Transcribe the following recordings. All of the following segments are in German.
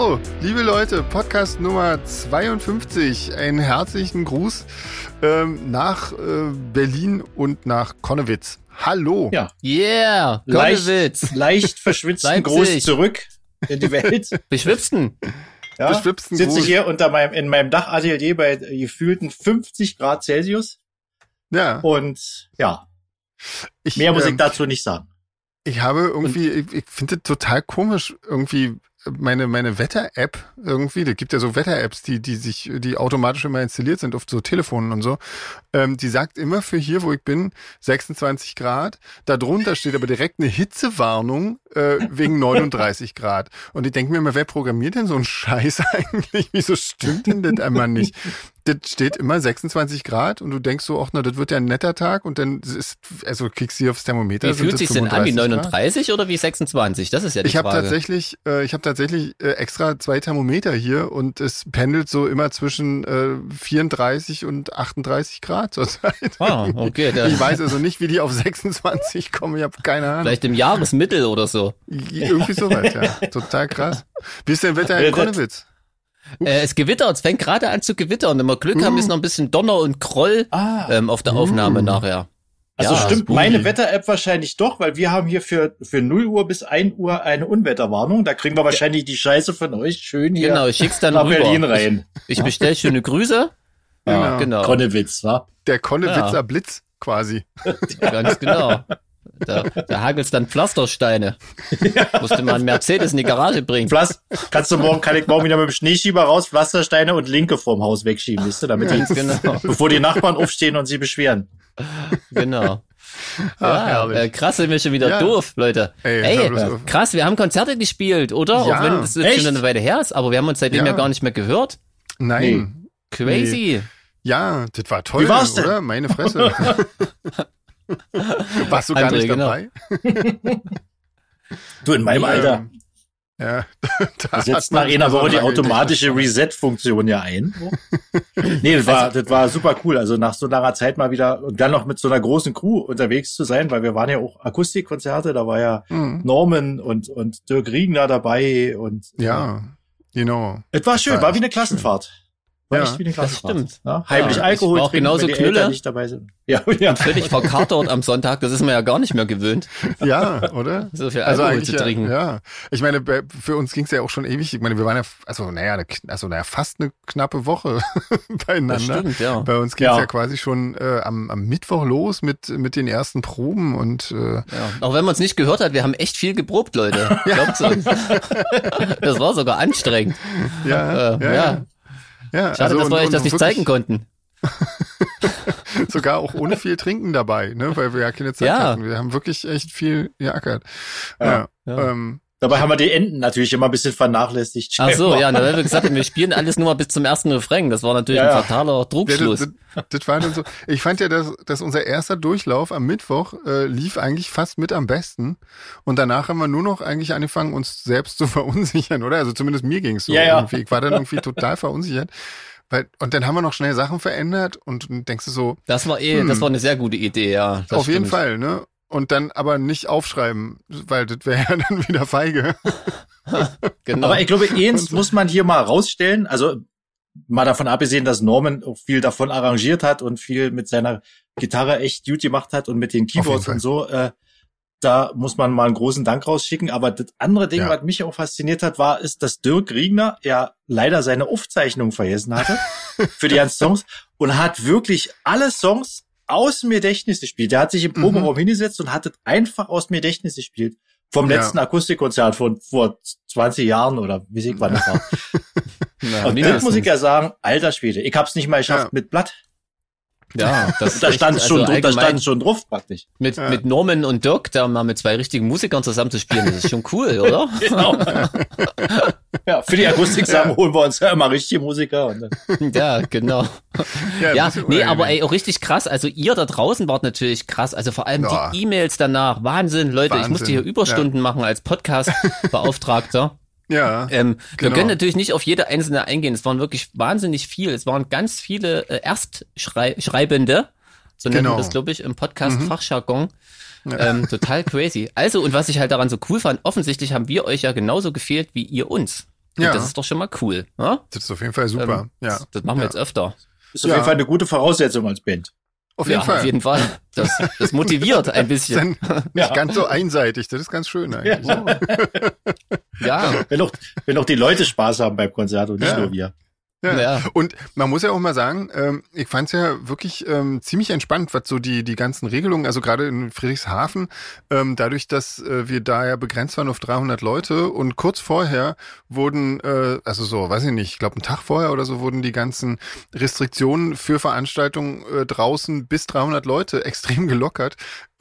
So, liebe Leute, Podcast Nummer 52. Einen herzlichen Gruß nach Berlin und nach Konnewitz. Hallo. Ja. Yeah, Konnewitz. Leicht verschwitzten Gruß zurück in die Welt. Beschwipsten. Ja, sitze hier in meinem Dachatelier bei gefühlten 50 Grad Celsius. Ja. Und ja, mehr muss ich dazu nicht sagen. Ich habe irgendwie, ich finde das total komisch, irgendwie meine Wetter-App irgendwie, da gibt ja so Wetter-Apps, die automatisch immer installiert sind auf so Telefonen und so, die sagt immer für hier, wo ich bin, 26 Grad, da drunter steht aber direkt eine Hitzewarnung wegen 39 Grad. Und ich denke mir immer, wer programmiert denn so einen Scheiß eigentlich? Wieso stimmt denn das einmal nicht? Das steht immer 26 Grad und du denkst so, ach na, das wird ja ein netter Tag und dann kriegst du hier aufs Thermometer. Wie fühlt sich denn an, wie 39 Grad? Oder wie 26? Das ist ja die Frage. Ich habe tatsächlich extra 2 Thermometer hier und es pendelt so immer zwischen 34 und 38 Grad zurzeit. Ah, okay. Ich weiß also nicht, wie die auf 26 kommen, ich habe keine Ahnung. Vielleicht im Jahresmittel oder so. Irgendwie sowas, ja. Total krass. Wie ist denn Wetter in Konnewitz? Es gewittert, es fängt gerade an zu gewittern. Wenn wir Glück haben, ist noch ein bisschen Donner und Groll auf der Aufnahme nachher. Also ja, stimmt spooky. meine Wetter-App wahrscheinlich doch, weil wir haben hier für 0 Uhr bis 1 Uhr eine Unwetterwarnung. Da kriegen wir wahrscheinlich die Scheiße von euch schön hier genau, ich schick's dann nach rüber. Berlin rein. Ich bestell schöne Grüße. Genau. Konnewitz, wa? Der Konnewitzer Blitz quasi. Ganz genau. Da hagelt's dann Pflastersteine. Musste mal einen Mercedes in die Garage bringen. Kann ich morgen wieder mit dem Schneeschieber raus, Pflastersteine und Linke vorm Haus wegschieben, wisst ihr, damit bevor die Nachbarn aufstehen und sie beschweren. Genau. Krass, sind wir schon wieder doof, Leute. Ey, krass, wir haben Konzerte gespielt, oder? Ja. Auch wenn es jetzt schon eine Weile her ist, aber wir haben uns seitdem ja gar nicht mehr gehört. Nein. Crazy. Nee. Ja, das war toll, wie war's denn? oder? Meine Fresse. Warst du gar nicht dabei? Du, in meinem Alter. Ja. Da setzt nach einer Woche die automatische Reset-Funktion ja ein. Nee, das war super cool. Also nach so langer Zeit mal wieder und dann noch mit so einer großen Crew unterwegs zu sein, weil wir waren ja auch Akustikkonzerte, da war ja Norman und Dirk Riegner dabei und ja, genau. Es war schön, war wie eine Klassenfahrt. War echt wie eine Klassenfahrt. Das stimmt. Ja, heimlich Alkohol ich war auch trinken, genauso wenn die Knülle. Eltern nicht dabei sind. Ja. Und völlig verkatert am Sonntag, das ist man ja gar nicht mehr gewöhnt. Ja, oder? So viel Alkohol zu eigentlich trinken. Ja. Ich meine, für uns ging's ja auch schon ewig. Ich meine, wir waren ja, fast eine knappe Woche beieinander. Das stimmt, ja. Bei uns ging's ja quasi schon am Mittwoch los mit den ersten Proben und Auch wenn man es nicht gehört hat, wir haben echt viel geprobt, Leute. Glaubt's uns. Das war sogar anstrengend. Ja. Schade, dass wir euch das nicht zeigen konnten. Sogar auch ohne viel Trinken dabei, ne, weil wir ja keine Zeit hatten. Wir haben wirklich echt viel geackert. Dabei haben wir die Enden natürlich immer ein bisschen vernachlässigt. Ach so, ja, weil wir gesagt haben, wir spielen alles nur mal bis zum ersten Refrain. Das war natürlich ein fataler Druckschluss. Das war dann so. Ich fand ja, dass unser erster Durchlauf am Mittwoch lief eigentlich fast mit am besten. Und danach haben wir nur noch eigentlich angefangen, uns selbst zu verunsichern, oder? Also zumindest mir ging's so irgendwie. Ich war dann irgendwie total verunsichert. Und dann haben wir noch schnell Sachen verändert und denkst du so. Das war eine sehr gute Idee, ja. Auf jeden Fall, ne? Und dann aber nicht aufschreiben, weil das wäre ja dann wieder feige. Genau. Aber ich glaube, eins muss man hier mal rausstellen. Also mal davon abgesehen, dass Norman auch viel davon arrangiert hat und viel mit seiner Gitarre echt gut gemacht hat und mit den Keyboards und so. Da muss man mal einen großen Dank rausschicken. Aber das andere Ding, was mich auch fasziniert hat, ist, dass Dirk Riegner ja leider seine Aufzeichnung vergessen hatte für die ganzen Songs und hat wirklich alle Songs aus dem Gedächtnis gespielt. Der hat sich im Proberaum hingesetzt und hat es einfach aus dem Gedächtnis gespielt. Vom letzten Akustikkonzert von vor 20 Jahren oder wie ich wann das war. Und das muss ich ja sagen, alter Schwede. Ich hab's nicht mal geschafft mit Blatt. Ja, das da stand schon drauf praktisch. Mit Norman und Dirk, da mal mit 2 richtigen Musikern zusammen zu spielen, das ist schon cool, oder? Genau. Ja, für die Akustik-Sachen holen wir uns ja immer richtige Musiker. Und dann. Ja, genau. Aber auch richtig krass. Also ihr da draußen wart natürlich krass. Also vor allem die E-Mails danach. Wahnsinn, Leute. Ich musste hier Überstunden machen als Podcast-Beauftragter. Ja. Wir können natürlich nicht auf jede einzelne eingehen. Es waren wirklich wahnsinnig viel. Es waren ganz viele Erstschreibende. So nennen wir das, glaube ich, im Podcast-Fachjargon. Total crazy. Also, und was ich halt daran so cool fand, offensichtlich haben wir euch ja genauso gefehlt wie ihr uns. Und das ist doch schon mal cool. Ne? Das ist auf jeden Fall super. Das machen wir jetzt öfter. Ist auf jeden Fall eine gute Voraussetzung als Band. Auf jeden Fall. Auf jeden Fall. Das motiviert ein bisschen. Nicht ganz so einseitig, das ist ganz schön eigentlich. Ja. Wenn auch die Leute Spaß haben beim Konzert und nicht nur wir. Ja. Und man muss ja auch mal sagen, ich fand's ja wirklich ziemlich entspannt, was so die ganzen Regelungen, also gerade in Friedrichshafen, dadurch, dass wir da ja begrenzt waren auf 300 Leute und kurz vorher wurden, also so, weiß ich nicht, ich glaube einen Tag vorher oder so, wurden die ganzen Restriktionen für Veranstaltungen draußen bis 300 Leute extrem gelockert.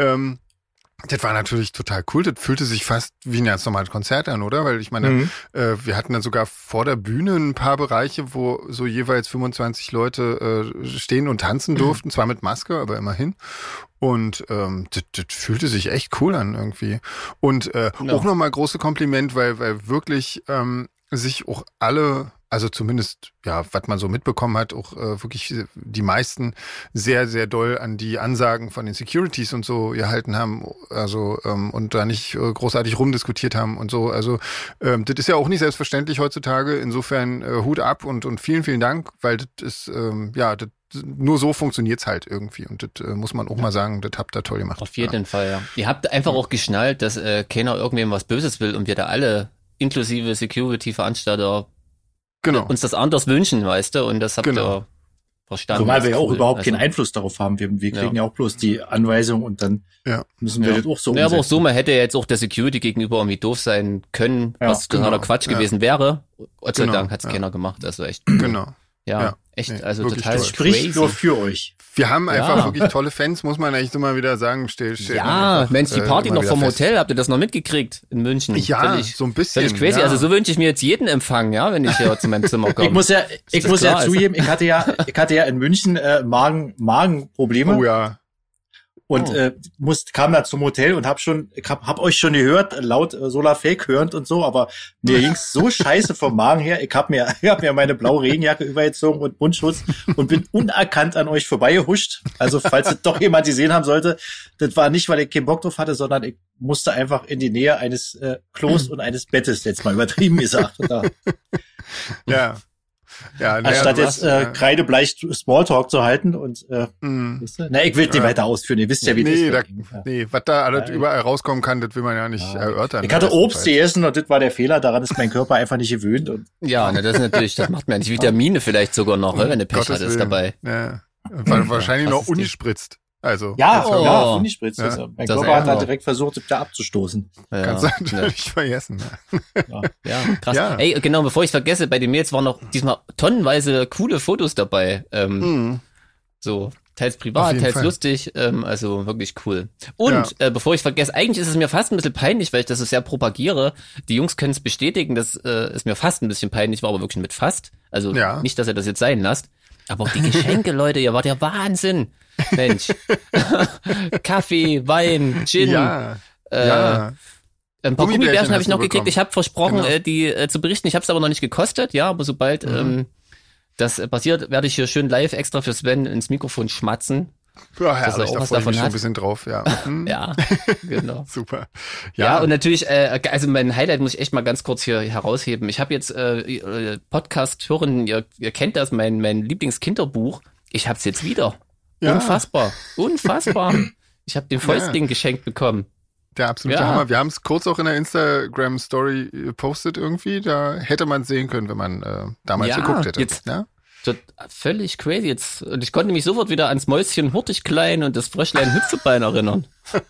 Das war natürlich total cool. Das fühlte sich fast wie ein ganz normales Konzert an, oder? Weil ich meine, wir hatten dann sogar vor der Bühne ein paar Bereiche, wo so jeweils 25 Leute stehen und tanzen durften. Zwar mit Maske, aber immerhin. Und das fühlte sich echt cool an irgendwie. Und auch nochmal große Kompliment, weil wirklich sich auch alle, also zumindest, ja, was man so mitbekommen hat, auch wirklich die meisten sehr, sehr doll an die Ansagen von den Securities und so gehalten haben, also und da nicht großartig rumdiskutiert haben und so. Also das ist ja auch nicht selbstverständlich heutzutage. Insofern Hut ab und vielen, vielen Dank, weil das ist, nur so funktioniert's halt irgendwie. Und das muss man auch mal sagen, das habt ihr toll gemacht. Auf jeden Fall, ja. Ihr habt einfach auch geschnallt, dass keiner irgendwem was Böses will und wir da alle inklusive Security-Veranstalter uns das anders wünschen, weißt du, und das habt ihr verstanden. Zumal wir ja auch überhaupt keinen Einfluss darauf haben. Wir kriegen ja auch bloß die Anweisung und dann müssen wir das auch so umsetzen. Ja, aber auch so, man hätte ja jetzt auch der Security gegenüber irgendwie doof sein können, was totaler Quatsch gewesen wäre. Gott sei Dank hat's keiner gemacht, also echt. Genau. Ja, echt, also total das spricht crazy. nur für euch. Wir haben einfach wirklich tolle Fans, muss man eigentlich so mal wieder sagen. Mensch, die Party noch vom Hotel, habt ihr das noch mitgeträgt in München? Ja, so ein bisschen. Völlig crazy, also so wünsche ich mir jetzt jeden Empfang, ja, wenn ich hier zu meinem Zimmer komme. Ich muss ja zugeben, ich hatte ja in München Magenprobleme. Oh ja. Und kam da zum Hotel und hab euch schon gehört, laut Solar Fake hörend und so, aber mir ging's so scheiße vom Magen her. Ich hab mir meine blaue Regenjacke übergezogen und Mundschutz und bin unerkannt an euch vorbeigehuscht. Also falls es doch jemand gesehen haben sollte, das war nicht, weil ich keinen Bock drauf hatte, sondern ich musste einfach in die Nähe eines Klos und eines Bettes, jetzt mal übertrieben gesagt. Ja. Anstatt jetzt kreidebleich Smalltalk zu halten und ich will es nicht weiter ausführen, ihr wisst ja, wie das ist. Was da alles überall rauskommen kann, das will man ja nicht erörtern. Ich hatte Obst gegessen und das war der Fehler, daran ist mein Körper einfach nicht gewöhnt. Und das ist natürlich, das macht man nicht. Vitamine vielleicht sogar noch, wenn du Pech hattest dabei. Ja. Wahrscheinlich noch ungespritzt. Also. ungespritzt. Ja. Mein Körper hat da direkt versucht, sich da abzustoßen. Ja. Kannst du natürlich vergessen. Ja, krass. Ja. Ey, genau, bevor ich vergesse, bei den Mails waren noch diesmal tonnenweise coole Fotos dabei. So, teils privat, teils lustig, also wirklich cool. Und bevor ich vergesse, eigentlich ist es mir fast ein bisschen peinlich, weil ich das so sehr propagiere. Die Jungs können es bestätigen, dass es mir fast ein bisschen peinlich war, aber wirklich mit fast. Also nicht, dass ihr das jetzt sein lasst. Aber auch die Geschenke, Leute, ihr wart ja Wahnsinn. Mensch. Kaffee, Wein, Gin. Ein paar Gummibärchen habe ich noch gekriegt. Ich habe versprochen, die zu berichten. Ich habe es aber noch nicht gekostet. Ja, aber sobald das passiert, werde ich hier schön live extra für Sven ins Mikrofon schmatzen. Ja, herrlich, da freue ich mich schon ein bisschen drauf, ja. Ja, genau. Super. Ja, und natürlich, also mein Highlight muss ich echt mal ganz kurz hier herausheben. Ich habe jetzt Podcast-Hörenden, ihr kennt das, mein Lieblingskinderbuch. Ich hab's jetzt wieder. Ja. Unfassbar. Ich habe den Fäustling geschenkt bekommen. Der absolute Hammer. Wir haben es kurz auch in der Instagram-Story gepostet irgendwie. Da hätte man es sehen können, wenn man damals geguckt hätte. Jetzt, völlig crazy jetzt. Und ich konnte mich sofort wieder ans Mäuschen Hurtigklein und das Fröschlein Hüpfebein erinnern.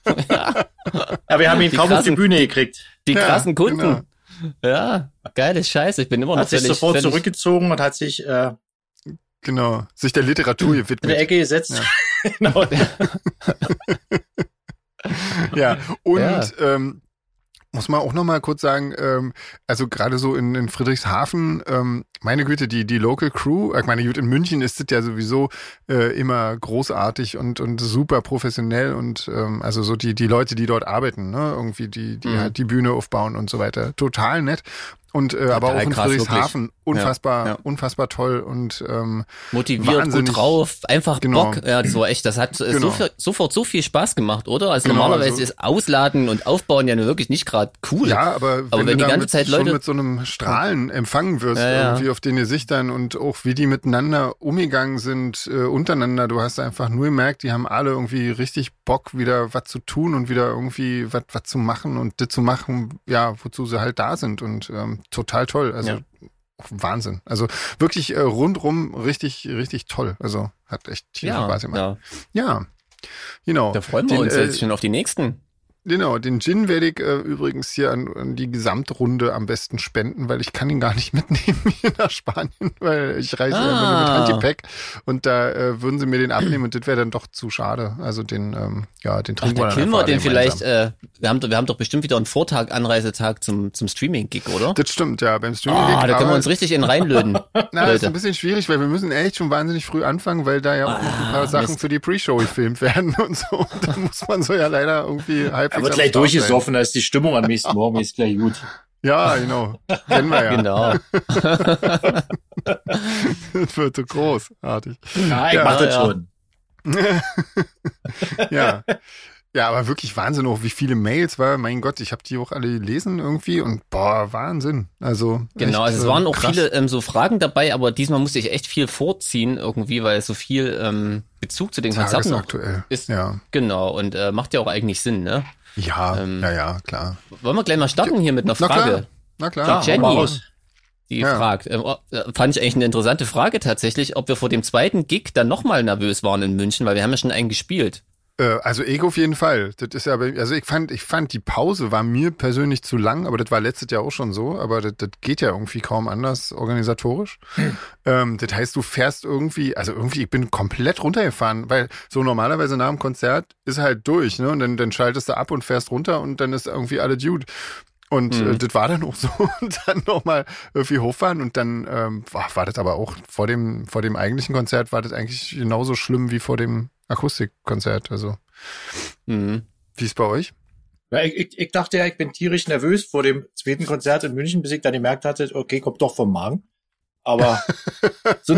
Ja, wir haben ihn kaum auf die Bühne gekriegt. Die krassen Kunden. Genau. Ja, geiles Scheiße. Ich bin immer noch hat sich sofort zurückgezogen und hat sich sich der Literatur gewidmet. In der Ecke gesetzt. Ja. Genau. Und muss man auch noch mal kurz sagen, also gerade so in Friedrichshafen, meine Güte, die Local Crew, ich meine, gut, in München ist das ja sowieso immer großartig und super professionell und also so die Leute, die dort arbeiten, ne, irgendwie die halt die Bühne aufbauen und so weiter, total nett. Und aber auch in Friedrichshafen unfassbar toll und motiviert, gut drauf, einfach Bock. Ja, das war echt, das hat sofort so viel Spaß gemacht, oder? Also normalerweise ist Ausladen und Aufbauen ja nur wirklich nicht gerade cool. Ja, aber wenn du die ganze Zeit Leute schon mit so einem Strahlen empfangen wirst, irgendwie auf den Gesichtern und auch wie die miteinander umgegangen sind, untereinander, du hast einfach nur gemerkt, die haben alle irgendwie richtig Bock, wieder was zu tun und wieder irgendwie was zu machen und das zu machen, ja, wozu sie halt da sind und total toll, also Wahnsinn. Also wirklich rundrum richtig, richtig toll. Also hat echt viel Spaß gemacht. Ja, genau. Da freuen wir uns jetzt schon auf die nächsten. Genau, den Gin werde ich übrigens hier an die Gesamtrunde am besten spenden, weil ich kann ihn gar nicht mitnehmen hier nach Spanien, weil ich reise ja mit Handgepäck und da würden sie mir den abnehmen und das wäre dann doch zu schade. Also den trinken wir dann einfach. Killen wir den vielleicht, wir haben doch bestimmt wieder einen Anreisetag zum Streaming-Gig, oder? Das stimmt, ja, beim Streaming-Gig. Da können wir uns richtig in reinlöten. Das ist ein bisschen schwierig, weil wir müssen echt schon wahnsinnig früh anfangen, weil da ja auch ein paar Sachen für die Pre-Show gefilmt werden und so. Da muss man so ja leider irgendwie halbwegs. Aber gleich durchgesoffen, da ist die Stimmung am nächsten Morgen ist gleich gut. Ja, genau. Kennen wir ja. Genau. Das wird so großartig. Ja, ich mach das schon. Ja. Ja, aber wirklich Wahnsinn auch, wie viele Mails war. Mein Gott, ich habe die auch alle gelesen irgendwie und Wahnsinn. Also genau, also es waren auch viele so Fragen dabei, aber diesmal musste ich echt viel vorziehen irgendwie, weil so viel Bezug zu den Konzerten noch ist. Ja. Genau, und macht ja auch eigentlich Sinn, ne? Ja, ja, klar. Wollen wir gleich mal starten hier mit einer Frage? Na klar. Jenny, die fragt, fand ich eigentlich eine interessante Frage tatsächlich, ob wir vor dem zweiten Gig dann nochmal nervös waren in München, weil wir haben ja schon einen gespielt. Also ich auf jeden Fall. Das ist ja, also ich fand die Pause war mir persönlich zu lang, aber das war letztes Jahr auch schon so, aber das geht ja irgendwie kaum anders organisatorisch. Das heißt, du fährst irgendwie, ich bin komplett runtergefahren, weil so normalerweise nach dem Konzert ist halt durch, ne? Und dann schaltest du ab und fährst runter und dann ist irgendwie alle Dude. Und das war dann auch so und dann nochmal irgendwie hochfahren und dann war das aber auch vor dem eigentlichen Konzert war das eigentlich genauso schlimm wie vor dem Akustikkonzert, also. Wie ist bei euch? Ja, ich dachte ja, ich bin tierisch nervös vor dem zweiten Konzert in München, bis ich dann gemerkt hatte, okay, kommt doch vom Magen. Aber so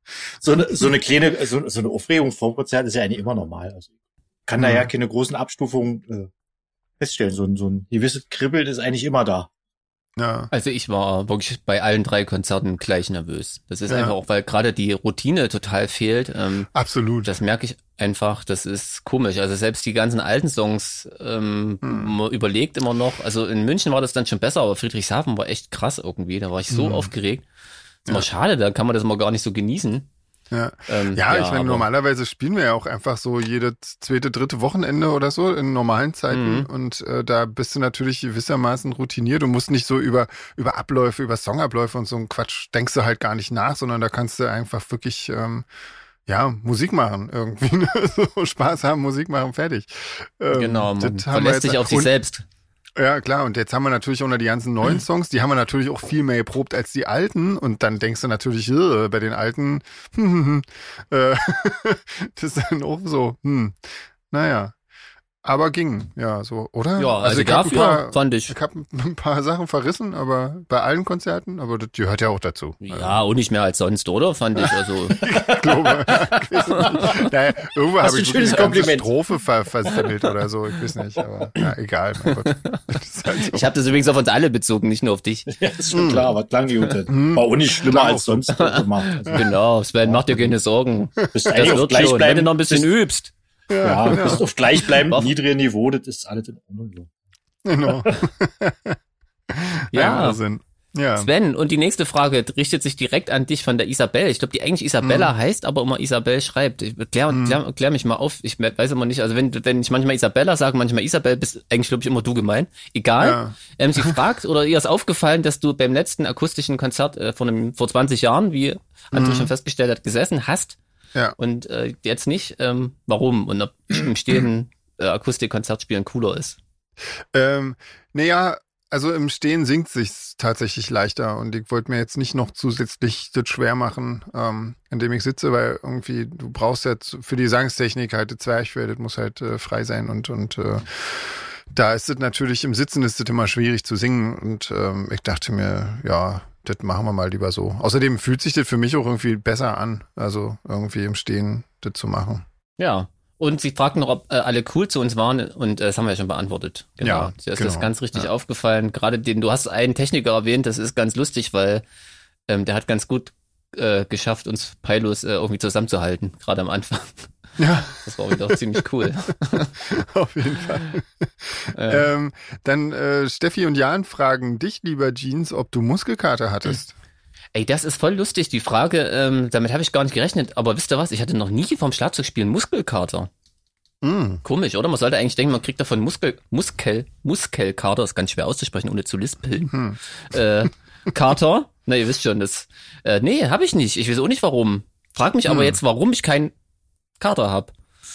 eine kleine, so eine Aufregung vor dem Konzert ist ja eigentlich immer normal. Also ich kann da ja keine großen Abstufungen feststellen. So ein gewisses Kribbeln ist eigentlich immer da. Ja. Also ich war wirklich bei allen 3 Konzerten gleich nervös. Das ist einfach auch, weil gerade die Routine total fehlt. Absolut. Das merke ich einfach, das ist komisch. Also selbst die ganzen alten Songs man überlegt immer noch. Also in München war das dann schon besser, aber Friedrichshafen war echt krass irgendwie. Da war ich so aufgeregt. Das war schade, da kann man das mal gar nicht so genießen. Ja, ich meine, normalerweise spielen wir ja auch einfach so jedes zweite, dritte Wochenende oder so in normalen Zeiten und da bist du natürlich gewissermaßen routiniert. Du musst nicht so über Abläufe, über Songabläufe und so einen Quatsch denkst du halt gar nicht nach, sondern da kannst du einfach wirklich Musik machen irgendwie, so Spaß haben, Musik machen, fertig. Genau, man verlässt sich auf sich selbst. Ja, klar. Und jetzt haben wir natürlich unter die ganzen neuen Songs, die haben wir natürlich auch viel mehr geprobt als die alten. Und dann denkst du natürlich, bei den alten, das ist dann auch so, naja. Aber ging, ja, so, oder? Ja, also dafür fand ich. Ich habe ein paar Sachen verrissen, aber bei allen Konzerten, aber das gehört ja auch dazu. Ja, und nicht mehr als sonst, oder? Fand ich, also. Ich glaube, naja, irgendwo habe ich eine ganze Strophe versemmelt oder so, ich weiß nicht, aber egal. Mein Gott. Halt so. Ich habe das übrigens auf uns alle bezogen, nicht nur auf dich. Ja, ist schon klar, aber klang gut. War auch nicht schlimmer als sonst gemacht. Genau, Sven, mach dir keine Sorgen. Bist das wird schon, wenn du noch ein bisschen übst. Ja, bist auf gleichbleibend niedrigem Niveau, das ist alles in Ordnung. Genau. Ja. Sven, und die nächste Frage richtet sich direkt an dich von der Isabel. Ich glaube, die eigentlich Isabella heißt, aber immer Isabel schreibt. Klär mich mal auf. Ich weiß immer nicht, also wenn ich manchmal Isabella sage, manchmal Isabel, bist eigentlich, glaube ich, immer du gemeint. Egal. Ja. Sie fragt, oder ihr ist aufgefallen, dass du beim letzten akustischen Konzert vor 20 Jahren, wie André schon festgestellt hat, gesessen hast. Ja. Und jetzt nicht, warum? Und ob im Stehen Akustikkonzert spielen cooler ist. Naja, also im Stehen singt sich's tatsächlich leichter und ich wollte mir jetzt nicht noch zusätzlich das schwer machen, indem ich sitze, weil irgendwie du brauchst ja für die Gesangstechnik halt das Zwerchfell, das muss halt frei sein und da ist es natürlich, im Sitzen ist es immer schwierig zu singen und ich dachte mir, ja, das machen wir mal lieber so. Außerdem fühlt sich das für mich auch irgendwie besser an, also irgendwie im Stehen das zu machen. Ja, und sie fragten noch, ob alle cool zu uns waren und das haben wir ja schon beantwortet. Genau. Ja, das ist ganz richtig aufgefallen. Gerade du hast einen Techniker erwähnt, das ist ganz lustig, weil der hat ganz gut geschafft, uns Pylos irgendwie zusammenzuhalten, gerade am Anfang. Ja. Das war wieder ziemlich cool. Auf jeden Fall. Dann Steffi und Jan fragen dich, lieber Jeans, ob du Muskelkater hattest. Ey, das ist voll lustig, die Frage, damit habe ich gar nicht gerechnet, aber wisst ihr was, ich hatte noch nie vom Schlagzeugspielen Muskelkater. Komisch, oder? Man sollte eigentlich denken, man kriegt davon Muskelkater, ist ganz schwer auszusprechen, ohne zu lispeln. Kater, na ihr wisst schon, das, nee, habe ich nicht, ich weiß auch nicht warum. Frag mich aber jetzt, warum ich keinen Kater hab.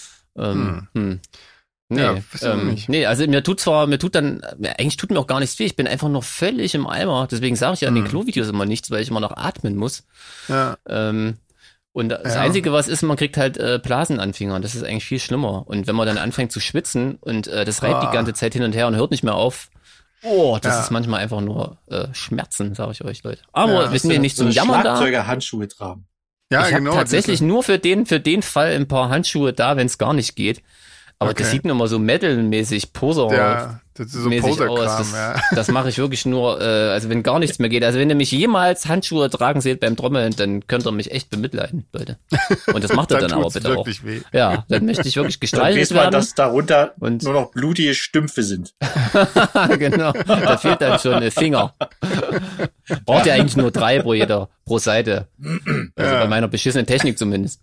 Nee, ja, nee, also eigentlich tut mir auch gar nichts weh, ich bin einfach noch völlig im Eimer, deswegen sage ich ja in den Klo-Videos immer nichts, weil ich immer noch atmen muss. Ja. Und das Einzige, was ist, man kriegt halt Blasen an Fingern, das ist eigentlich viel schlimmer. Und wenn man dann anfängt zu schwitzen und das reibt die ganze Zeit hin und her und hört nicht mehr auf, das ist manchmal einfach nur Schmerzen, sage ich euch, Leute. Aber wir sind ja nicht zum Jammern da. Schlagzeuger-Handschuhe tragen. Ja, ich habe tatsächlich nur für den Fall ein paar Handschuhe da, wenn es gar nicht geht. Aber das sieht mir immer so Metal-mäßig, das ist so Poser-Kram, aus. Das mache ich wirklich nur, also wenn gar nichts mehr geht. Also wenn ihr mich jemals Handschuhe tragen seht beim Trommeln, dann könnt ihr mich echt bemitleiden, Leute. Und das macht ihr dann aber bitte auch. Weh. Ja, dann möchte ich wirklich gestreichelt werden. Dann dass darunter nur noch blutige Stümpfe sind. Genau, da fehlt dann schon ein Finger. Braucht ihr eigentlich nur 3 pro Seite. Also bei meiner beschissenen Technik zumindest.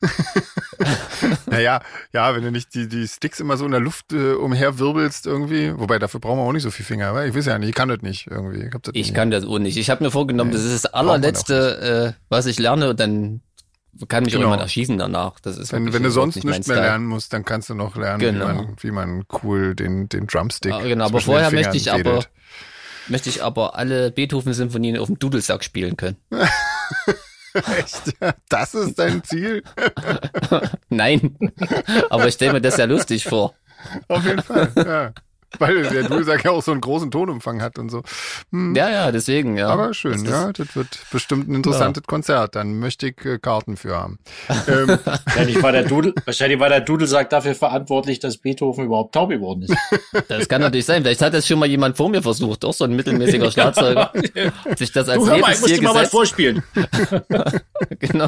Naja, wenn du nicht die Sticks immer so in der Luft umherwirbelst irgendwie, wobei dafür brauchen wir auch nicht so viel Finger, weil ich weiß ja nicht, ich kann das nicht irgendwie. Ich kann das auch nicht. Ich habe mir vorgenommen, das ist das allerletzte, was ich lerne, und dann kann mich auch jemand erschießen danach. Das ist wenn du sonst nichts mehr lernen musst, dann kannst du noch lernen, wie man cool den Drumstick genau, aber vorher möchte ich aber alle Beethoven-Symphonien auf dem Dudelsack spielen können. Echt? Das ist dein Ziel? Nein, aber ich stelle mir das ja lustig vor. Auf jeden Fall, ja. Weil der Dudelsack ja auch so einen großen Tonumfang hat und so. Ja, deswegen, ja. Aber schön, das wird bestimmt ein interessantes Konzert. Dann möchte ich Karten für haben. Wahrscheinlich war der Dudelsack dafür verantwortlich, dass Beethoven überhaupt taub geworden ist. Das kann natürlich sein. Vielleicht hat das schon mal jemand vor mir versucht, auch so ein mittelmäßiger Schlagzeuger. Sich das als Lebensziel gesetzt. Ich muss dir mal was vorspielen. Genau.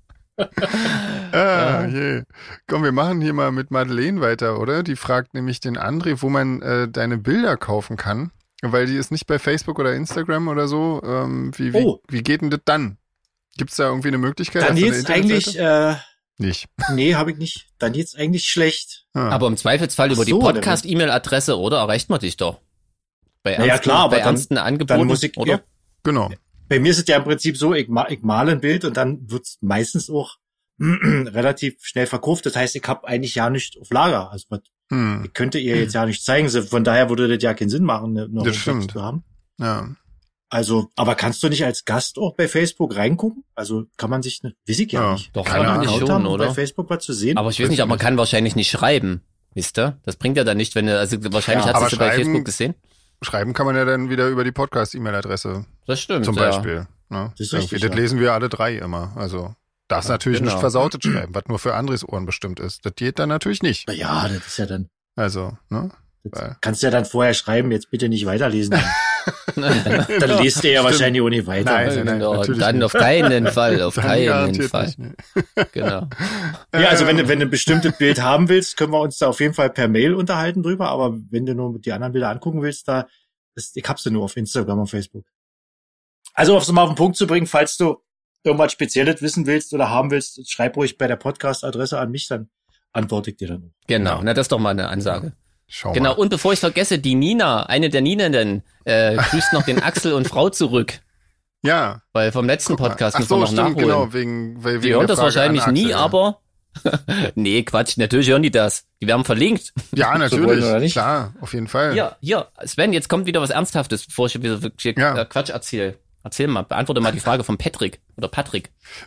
Komm, wir machen hier mal mit Madeleine weiter, oder? Die fragt nämlich den André, wo man deine Bilder kaufen kann, weil die ist nicht bei Facebook oder Instagram oder so. Wie geht denn das dann? Gibt's da irgendwie eine Möglichkeit? Dann geht's eigentlich nicht. Nee, habe ich nicht. Dann geht's eigentlich schlecht. Aber im Zweifelsfall über die Podcast-E-Mail-Adresse, oder? Erreicht man dich doch. Bei ernsten Angeboten, dann muss ich, oder? Ja. Genau. Bei mir ist es ja im Prinzip so, ich male ein Bild und dann wird's meistens auch relativ schnell verkauft. Das heißt, ich habe eigentlich ja nicht auf Lager. Also ich könnte ihr jetzt ja nicht zeigen. Von daher würde das ja keinen Sinn machen, noch das stimmt. zu haben. Ja. Also, aber kannst du nicht als Gast auch bei Facebook reingucken? Also kann man sich, weiß ich ja nicht. Doch, kann man nicht schon, haben, oder? Bei Facebook was zu sehen. Aber ich weiß nicht, aber man kann wahrscheinlich nicht schreiben. Wisst ihr? Das bringt ja dann nicht, wenn also wahrscheinlich hast du es bei Facebook gesehen. Schreiben kann man ja dann wieder über die Podcast-E-Mail-Adresse. Das stimmt. Zum Beispiel. Ne? Das ist richtig, das lesen wir alle 3 immer. Also das natürlich nicht versautes Schreiben, was nur für Andres Ohren bestimmt ist. Das geht dann natürlich nicht. Ja, das ist ja dann. Also, ne? Kannst du ja dann vorher schreiben, jetzt bitte nicht weiterlesen. Dann liest ihr ja wahrscheinlich auch nicht weiter. Nein, dann auf keinen Fall, auf keinen Fall. Nicht, genau. Ja, also wenn du ein bestimmtes Bild haben willst, können wir uns da auf jeden Fall per Mail unterhalten drüber, aber wenn du nur die anderen Bilder angucken willst, ich hab's nur auf Instagram und Facebook. Also, um es mal auf den Punkt zu bringen, falls du irgendwas Spezielles wissen willst oder haben willst, schreib ruhig bei der Podcast-Adresse an mich, dann antworte ich dir dann. Genau, na das ist doch mal eine Ansage. Genau, und bevor ich vergesse, die Nina, eine der Ninenden, grüßt noch den Axel und Frau zurück. Ja. Weil vom letzten Podcast müssen wir noch nachholen. Genau, wegen die hören das wahrscheinlich nie, aber nee, Quatsch, natürlich hören die das. Die werden verlinkt. Ja, natürlich, klar, auf jeden Fall. Ja, Sven, jetzt kommt wieder was Ernsthaftes, bevor ich wieder Quatsch erzähle. Erzähl mal, beantworte mal die Frage von Patrick oder Patrick.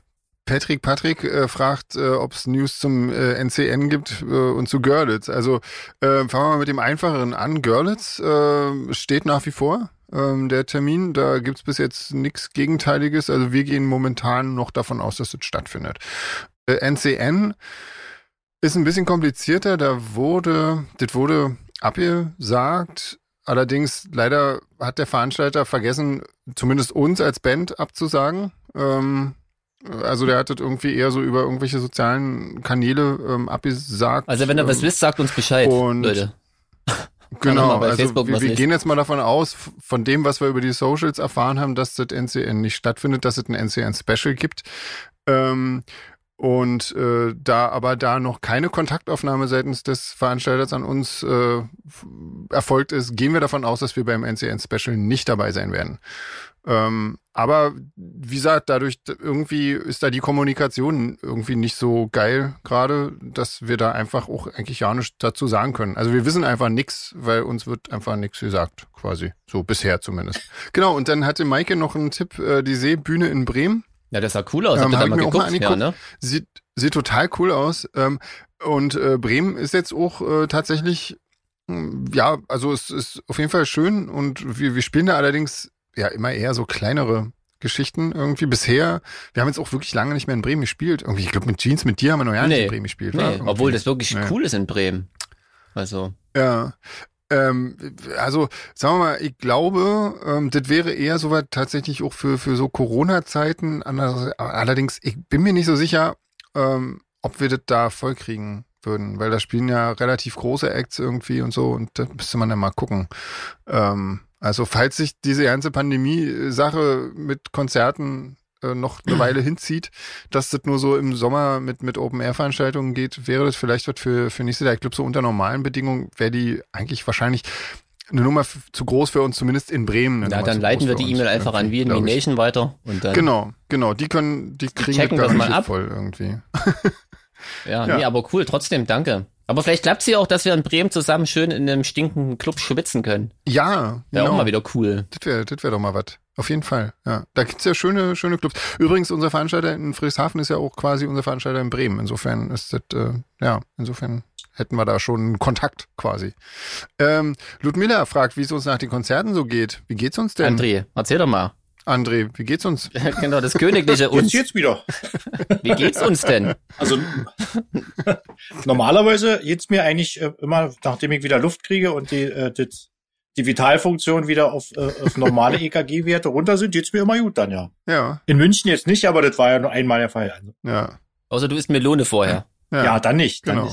Patrick fragt, ob es News zum NCN gibt und zu Görlitz. Also fangen wir mal mit dem Einfacheren an. Görlitz steht nach wie vor. Der Termin, da gibt's bis jetzt nichts Gegenteiliges. Also wir gehen momentan noch davon aus, dass es stattfindet. NCN ist ein bisschen komplizierter. Das wurde abgesagt. Allerdings leider hat der Veranstalter vergessen, zumindest uns als Band abzusagen. Also der hat das irgendwie eher so über irgendwelche sozialen Kanäle abgesagt. Also wenn ihr was wisst, sagt uns Bescheid, Leute. Genau, also wir gehen jetzt mal davon aus, von dem, was wir über die Socials erfahren haben, dass das NCN nicht stattfindet, dass es ein NCN-Special gibt. Und da noch keine Kontaktaufnahme seitens des Veranstalters an uns erfolgt ist, gehen wir davon aus, dass wir beim NCN-Special nicht dabei sein werden. Aber wie gesagt, dadurch irgendwie ist da die Kommunikation irgendwie nicht so geil gerade, dass wir da einfach auch eigentlich ja nichts dazu sagen können. Also wir wissen einfach nichts, weil uns wird einfach nichts gesagt, quasi. So bisher zumindest. Genau, und dann hatte Maike noch einen Tipp, die Seebühne in Bremen. Ja, das sah cool aus. Habt ihr da mal geguckt? Ja, ne? Sieht total cool aus. Und Bremen ist jetzt auch tatsächlich, ja, also es ist auf jeden Fall schön und wir spielen da allerdings ja immer eher so kleinere Geschichten irgendwie bisher. Wir haben jetzt auch wirklich lange nicht mehr in Bremen gespielt. Irgendwie, ich glaube, mit Jeans, mit dir haben wir noch gar nicht in Bremen gespielt. Nee, obwohl das wirklich cool ist in Bremen. Also. Ja. Also, sagen wir mal, ich glaube, das wäre eher so was tatsächlich auch für so Corona-Zeiten. Allerdings, ich bin mir nicht so sicher, ob wir das da voll kriegen würden, weil da spielen ja relativ große Acts irgendwie und so und da müsste man dann mal gucken. Also, falls sich diese ganze Pandemie-Sache mit Konzerten noch eine Weile hinzieht, dass das nur so im Sommer mit Open-Air-Veranstaltungen geht, wäre das vielleicht was für nächstes Jahr. Ich glaube, so unter normalen Bedingungen wäre die eigentlich wahrscheinlich eine Nummer zu groß für uns, zumindest in Bremen. Ja, dann leiten wir die E-Mail einfach an VNV Nation weiter. Und dann genau, die kriegen das mal ab. Voll irgendwie. Ja, nee, aber cool, trotzdem, danke. Aber vielleicht klappt es ja auch, dass wir in Bremen zusammen schön in einem stinkenden Club schwitzen können. Ja, wäre auch mal wieder cool. Das wär doch mal was. Auf jeden Fall, ja. Da gibt's ja schöne Clubs. Übrigens, unser Veranstalter in Friedrichshafen ist ja auch quasi unser Veranstalter in Bremen. Insofern ist das, insofern hätten wir da schon einen Kontakt quasi. Ludmilla fragt, wie es uns nach den Konzerten so geht. Wie geht's uns denn? André, erzähl doch mal. André, wie geht's uns? Genau, das Königliche uns. Jetzt wieder. Wie geht's uns denn? Also normalerweise geht's mir eigentlich immer, nachdem ich wieder Luft kriege und die Vitalfunktion wieder auf normale EKG-Werte runter sind, geht's mir immer gut dann, ja. Ja. In München jetzt nicht, aber das war ja nur einmal der Fall. Also. Ja. Außer du isst Melone vorher. Ja, dann nicht. Genau.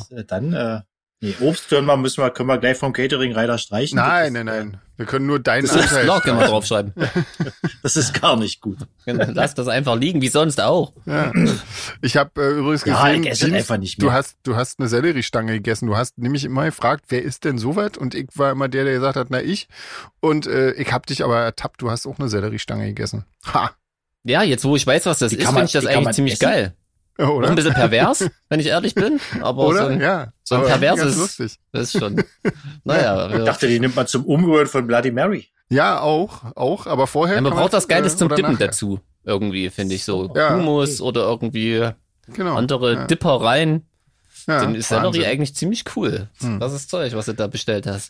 Obst können wir gleich vom Catering-Reiter streichen. Nein. Wir können nur deinen Anteil können wir draufschreiben. Das ist gar nicht gut. Lass das einfach liegen, wie sonst auch. Ja. Ich habe übrigens gesehen, ich esse einfach nicht mehr. Du hast eine Selleriestange gegessen. Du hast nämlich immer gefragt, wer ist denn so weit? Und ich war immer der gesagt hat, na ich. Und ich habe dich aber ertappt, du hast auch eine Selleriestange gegessen. Ha! Ja, jetzt wo ich weiß, was das ist, finde ich das eigentlich ziemlich geil. Oder? Auch ein bisschen pervers, wenn ich ehrlich bin. Aber oder? So ein perverses, lustig. Das ist schon, naja. Ich dachte, die nimmt man zum Umrühren von Bloody Mary. Ja, auch, aber vorher. Ja, man braucht was Geiles zum Dippen dazu. Irgendwie, finde ich so. Ja. Hummus oder irgendwie andere Dippereien. Ja, dann ist Sellerie eigentlich ziemlich cool. Das ist Zeug, was du da bestellt hast.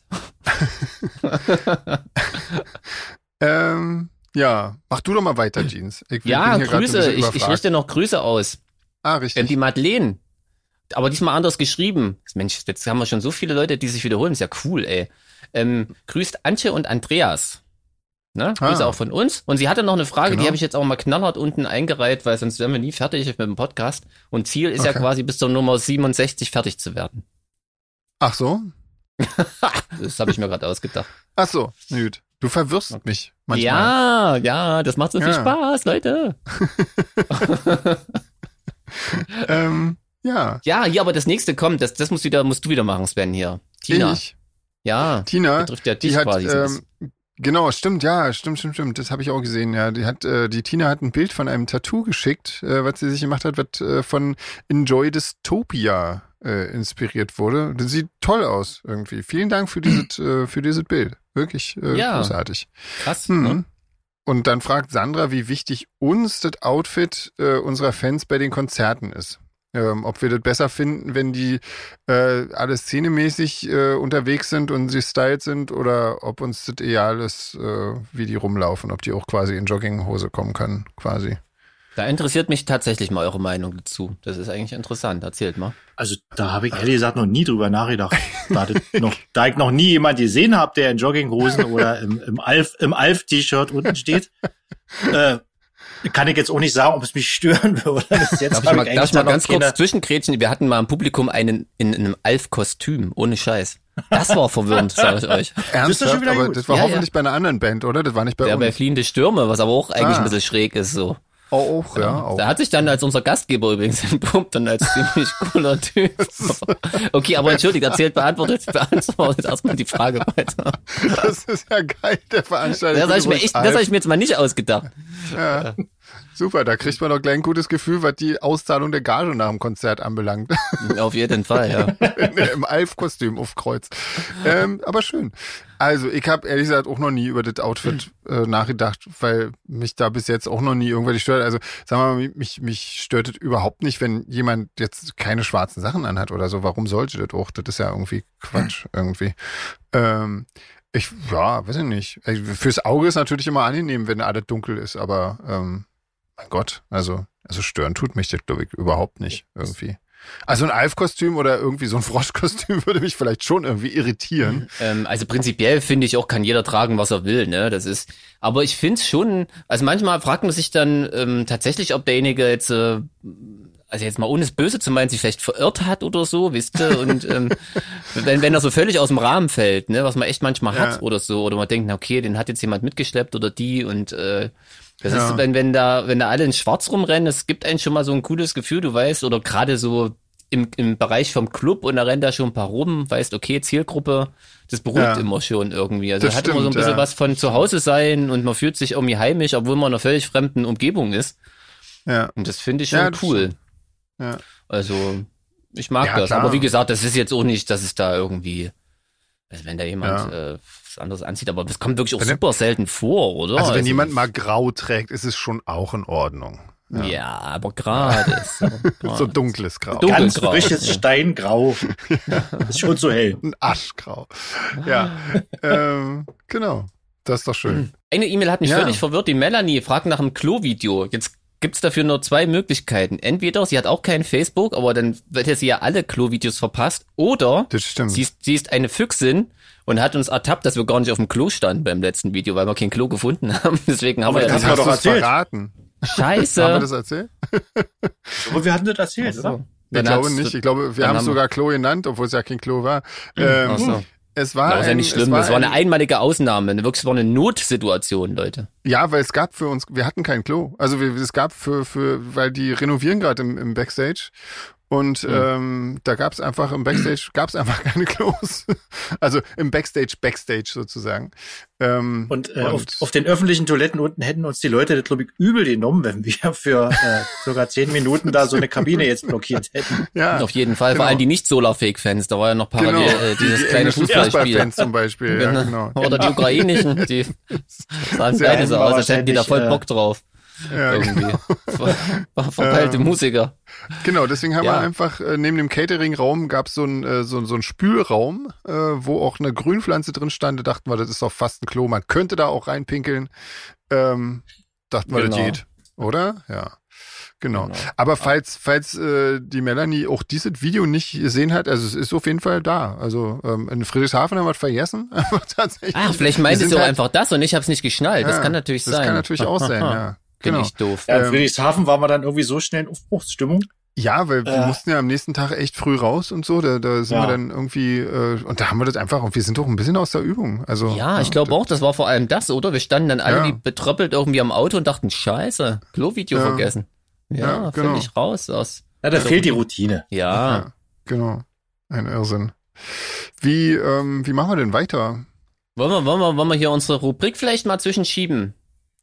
Ja, mach du doch mal weiter, Jeans. Grüße. Ich richte noch Grüße aus. Ah, richtig. Die Madeleine. Aber diesmal anders geschrieben. Mensch, jetzt haben wir schon so viele Leute, die sich wiederholen. Ist ja cool, ey. Grüßt Antje und Andreas. Ne? Grüße auch von uns. Und sie hatte noch eine Frage, die habe ich jetzt auch mal knallhart unten eingereiht, weil sonst wären wir nie fertig mit dem Podcast. Und Ziel ist ja quasi bis zur Nummer 67 fertig zu werden. Ach so? Das habe ich mir gerade ausgedacht. Ach so, gut. Du verwirrst mich manchmal. Ja, das macht so viel Spaß, Leute. Ja. Ja, hier, aber das nächste kommt, das musst du wieder machen, Sven, hier. Tina. Ich? Ja. Tina. Betrifft ja dich quasi. Genau, stimmt. Das habe ich auch gesehen, ja. Die Tina hat ein Bild von einem Tattoo geschickt, was sie sich gemacht hat, was von Enjoy Dystopia inspiriert wurde. Das sieht toll aus, irgendwie. Vielen Dank für dieses Bild. Wirklich großartig. Krass, ne? Und dann fragt Sandra, wie wichtig uns das Outfit unserer Fans bei den Konzerten ist. Ob wir das besser finden, wenn die alle szenemäßig unterwegs sind und sie stylt sind, oder ob uns das egal ist, wie die rumlaufen, ob die auch quasi in Jogginghose kommen können, quasi. Da interessiert mich tatsächlich mal eure Meinung dazu. Das ist eigentlich interessant. Erzählt mal. Also da habe ich ehrlich gesagt noch nie drüber nachgedacht. Da ich noch nie jemand gesehen habe, der in Jogginghosen oder im Alf-T-Shirt unten steht, kann ich jetzt auch nicht sagen, ob es mich stören würde. Darf ich mal ganz kurz zwischenkrätschen? Wir hatten mal im Publikum einen in einem Alf-Kostüm, ohne Scheiß. Das war verwirrend, sage ich euch. Ernsthaft? Aber das war hoffentlich bei einer anderen Band, oder? Das war nicht bei uns. Ja, bei Fliehende Stürme, was aber auch eigentlich ein bisschen schräg ist, so. Auch, ja. Auch. Da hat sich dann als unser Gastgeber übrigens entpuppt und als ziemlich cooler Typ. Okay, aber entschuldigt, beantwortet erstmal die Frage weiter. Das ist ja geil, der Veranstalter. Das habe ich mir jetzt mal nicht ausgedacht. Ja. Super, da kriegt man doch gleich ein gutes Gefühl, was die Auszahlung der Gage nach dem Konzert anbelangt. Auf jeden Fall, ja. Im Alf-Kostüm auf Kreuz. Aber schön. Also, ich habe ehrlich gesagt auch noch nie über das Outfit nachgedacht, weil mich da bis jetzt auch noch nie irgendwas stört. Also, sagen wir mal, mich stört es überhaupt nicht, wenn jemand jetzt keine schwarzen Sachen anhat oder so. Warum sollte das auch? Das ist ja irgendwie Quatsch, irgendwie. Weiß ich nicht. Fürs Auge ist natürlich immer angenehm, wenn alles dunkel ist, aber mein Gott, also stören tut mich das, glaube ich, überhaupt nicht irgendwie. Also ein Alf-Kostüm oder irgendwie so ein Froschkostüm würde mich vielleicht schon irgendwie irritieren. Also prinzipiell finde ich auch, kann jeder tragen, was er will, ne? Das ist, aber ich finde es schon, also manchmal fragt man sich dann tatsächlich, ob derjenige jetzt, also jetzt mal ohne es Böse zu meinen, sich vielleicht verirrt hat oder so, wisst ihr, und wenn er so völlig aus dem Rahmen fällt, ne, was man echt manchmal hat oder so, oder man denkt, na okay, den hat jetzt jemand mitgeschleppt oder die und das ist, wenn da alle in Schwarz rumrennen, es gibt einen schon mal so ein cooles Gefühl, du weißt, oder gerade so im Bereich vom Club und da rennen da schon ein paar rum, weißt, okay, Zielgruppe, das beruhigt immer schon irgendwie. Also das hat immer so ein bisschen was von zu Hause sein und man fühlt sich irgendwie heimisch, obwohl man in einer völlig fremden Umgebung ist. Ja. Und das finde ich schon cool. Ja. Also, ich mag das. Klar. Aber wie gesagt, das ist jetzt auch nicht, dass es da irgendwie, also wenn da jemand was anderes anzieht, aber das kommt wirklich auch super selten vor, oder? Also wenn jemand mal grau trägt, ist es schon auch in Ordnung. Ja, aber gerade so dunkles Grau. Ganz frisches Steingrau. Ist schon so hell. Ein Aschgrau. Ja, genau. Das ist doch schön. Eine E-Mail hat mich völlig verwirrt. Die Melanie fragt nach einem Klo-Video. Jetzt gibt's dafür nur zwei Möglichkeiten. Entweder sie hat auch kein Facebook, aber dann hätte sie ja alle Klo-Videos verpasst. Oder sie ist eine Füchsin und hat uns ertappt, dass wir gar nicht auf dem Klo standen beim letzten Video, weil wir kein Klo gefunden haben. Deswegen haben wir das doch erzählt. Verraten. Scheiße. Haben wir das erzählt? Aber wir hatten das erzählt, oder? Ich glaube nicht. Ich glaube, wir haben es sogar Klo genannt, obwohl es ja kein Klo war. Es war ja nicht schlimm. Es war eine einmalige Ausnahme. Wirklich, es war eine Notsituation, Leute. Ja, weil es gab für uns, wir hatten kein Klo. Also es gab weil die renovieren gerade im Backstage. Und da gab es einfach im Backstage keine Klos. Also im Backstage sozusagen. Und auf den öffentlichen Toiletten unten hätten uns die Leute, das glaube ich, übel genommen, wenn wir für sogar 10 Minuten da so eine Kabine jetzt blockiert hätten. Ja, auf jeden Fall. Genau. Vor allem die Nicht-Solarfake-Fans. Da war ja noch parallel dieses kleine Fußballspiel. Zum Beispiel. Ja, genau. Oder die ukrainischen, die sahen beide so aus, als hätten die da voll Bock drauf. Ja, irgendwie. Genau. Verpeilte Musiker. Genau, deswegen haben wir einfach, neben dem Catering-Raum gab es so einen Spülraum, wo auch eine Grünpflanze drin stand. Da dachten wir, das ist doch fast ein Klo, man könnte da auch reinpinkeln. Dachten wir, das geht. Oder? Ja. Genau. Aber falls die Melanie auch dieses Video nicht gesehen hat, also es ist auf jeden Fall da. Also in Friedrichshafen haben wir es vergessen. Tatsächlich. Vielleicht meint es auch einfach das und ich habe es nicht geschnallt. Das kann natürlich sein. Das kann natürlich auch sein, ja. Genau. Finde ich doof. Ja, in Friedrichshafen waren wir dann irgendwie so schnell in Aufbruchsstimmung. Ja, weil wir mussten ja am nächsten Tag echt früh raus und so. Da sind wir dann irgendwie, und da haben wir das einfach, und wir sind doch ein bisschen aus der Übung. Also ja, ich glaube auch, das war vor allem das, oder? Wir standen dann alle wie betröppelt irgendwie am Auto und dachten, scheiße, Klo-Video vergessen. Ja, genau. Finde ich raus aus. Ja, da fehlt die Routine. Ja. Genau. Ein Irrsinn. Wie machen wir denn weiter? Wollen wir hier unsere Rubrik vielleicht mal zwischenschieben?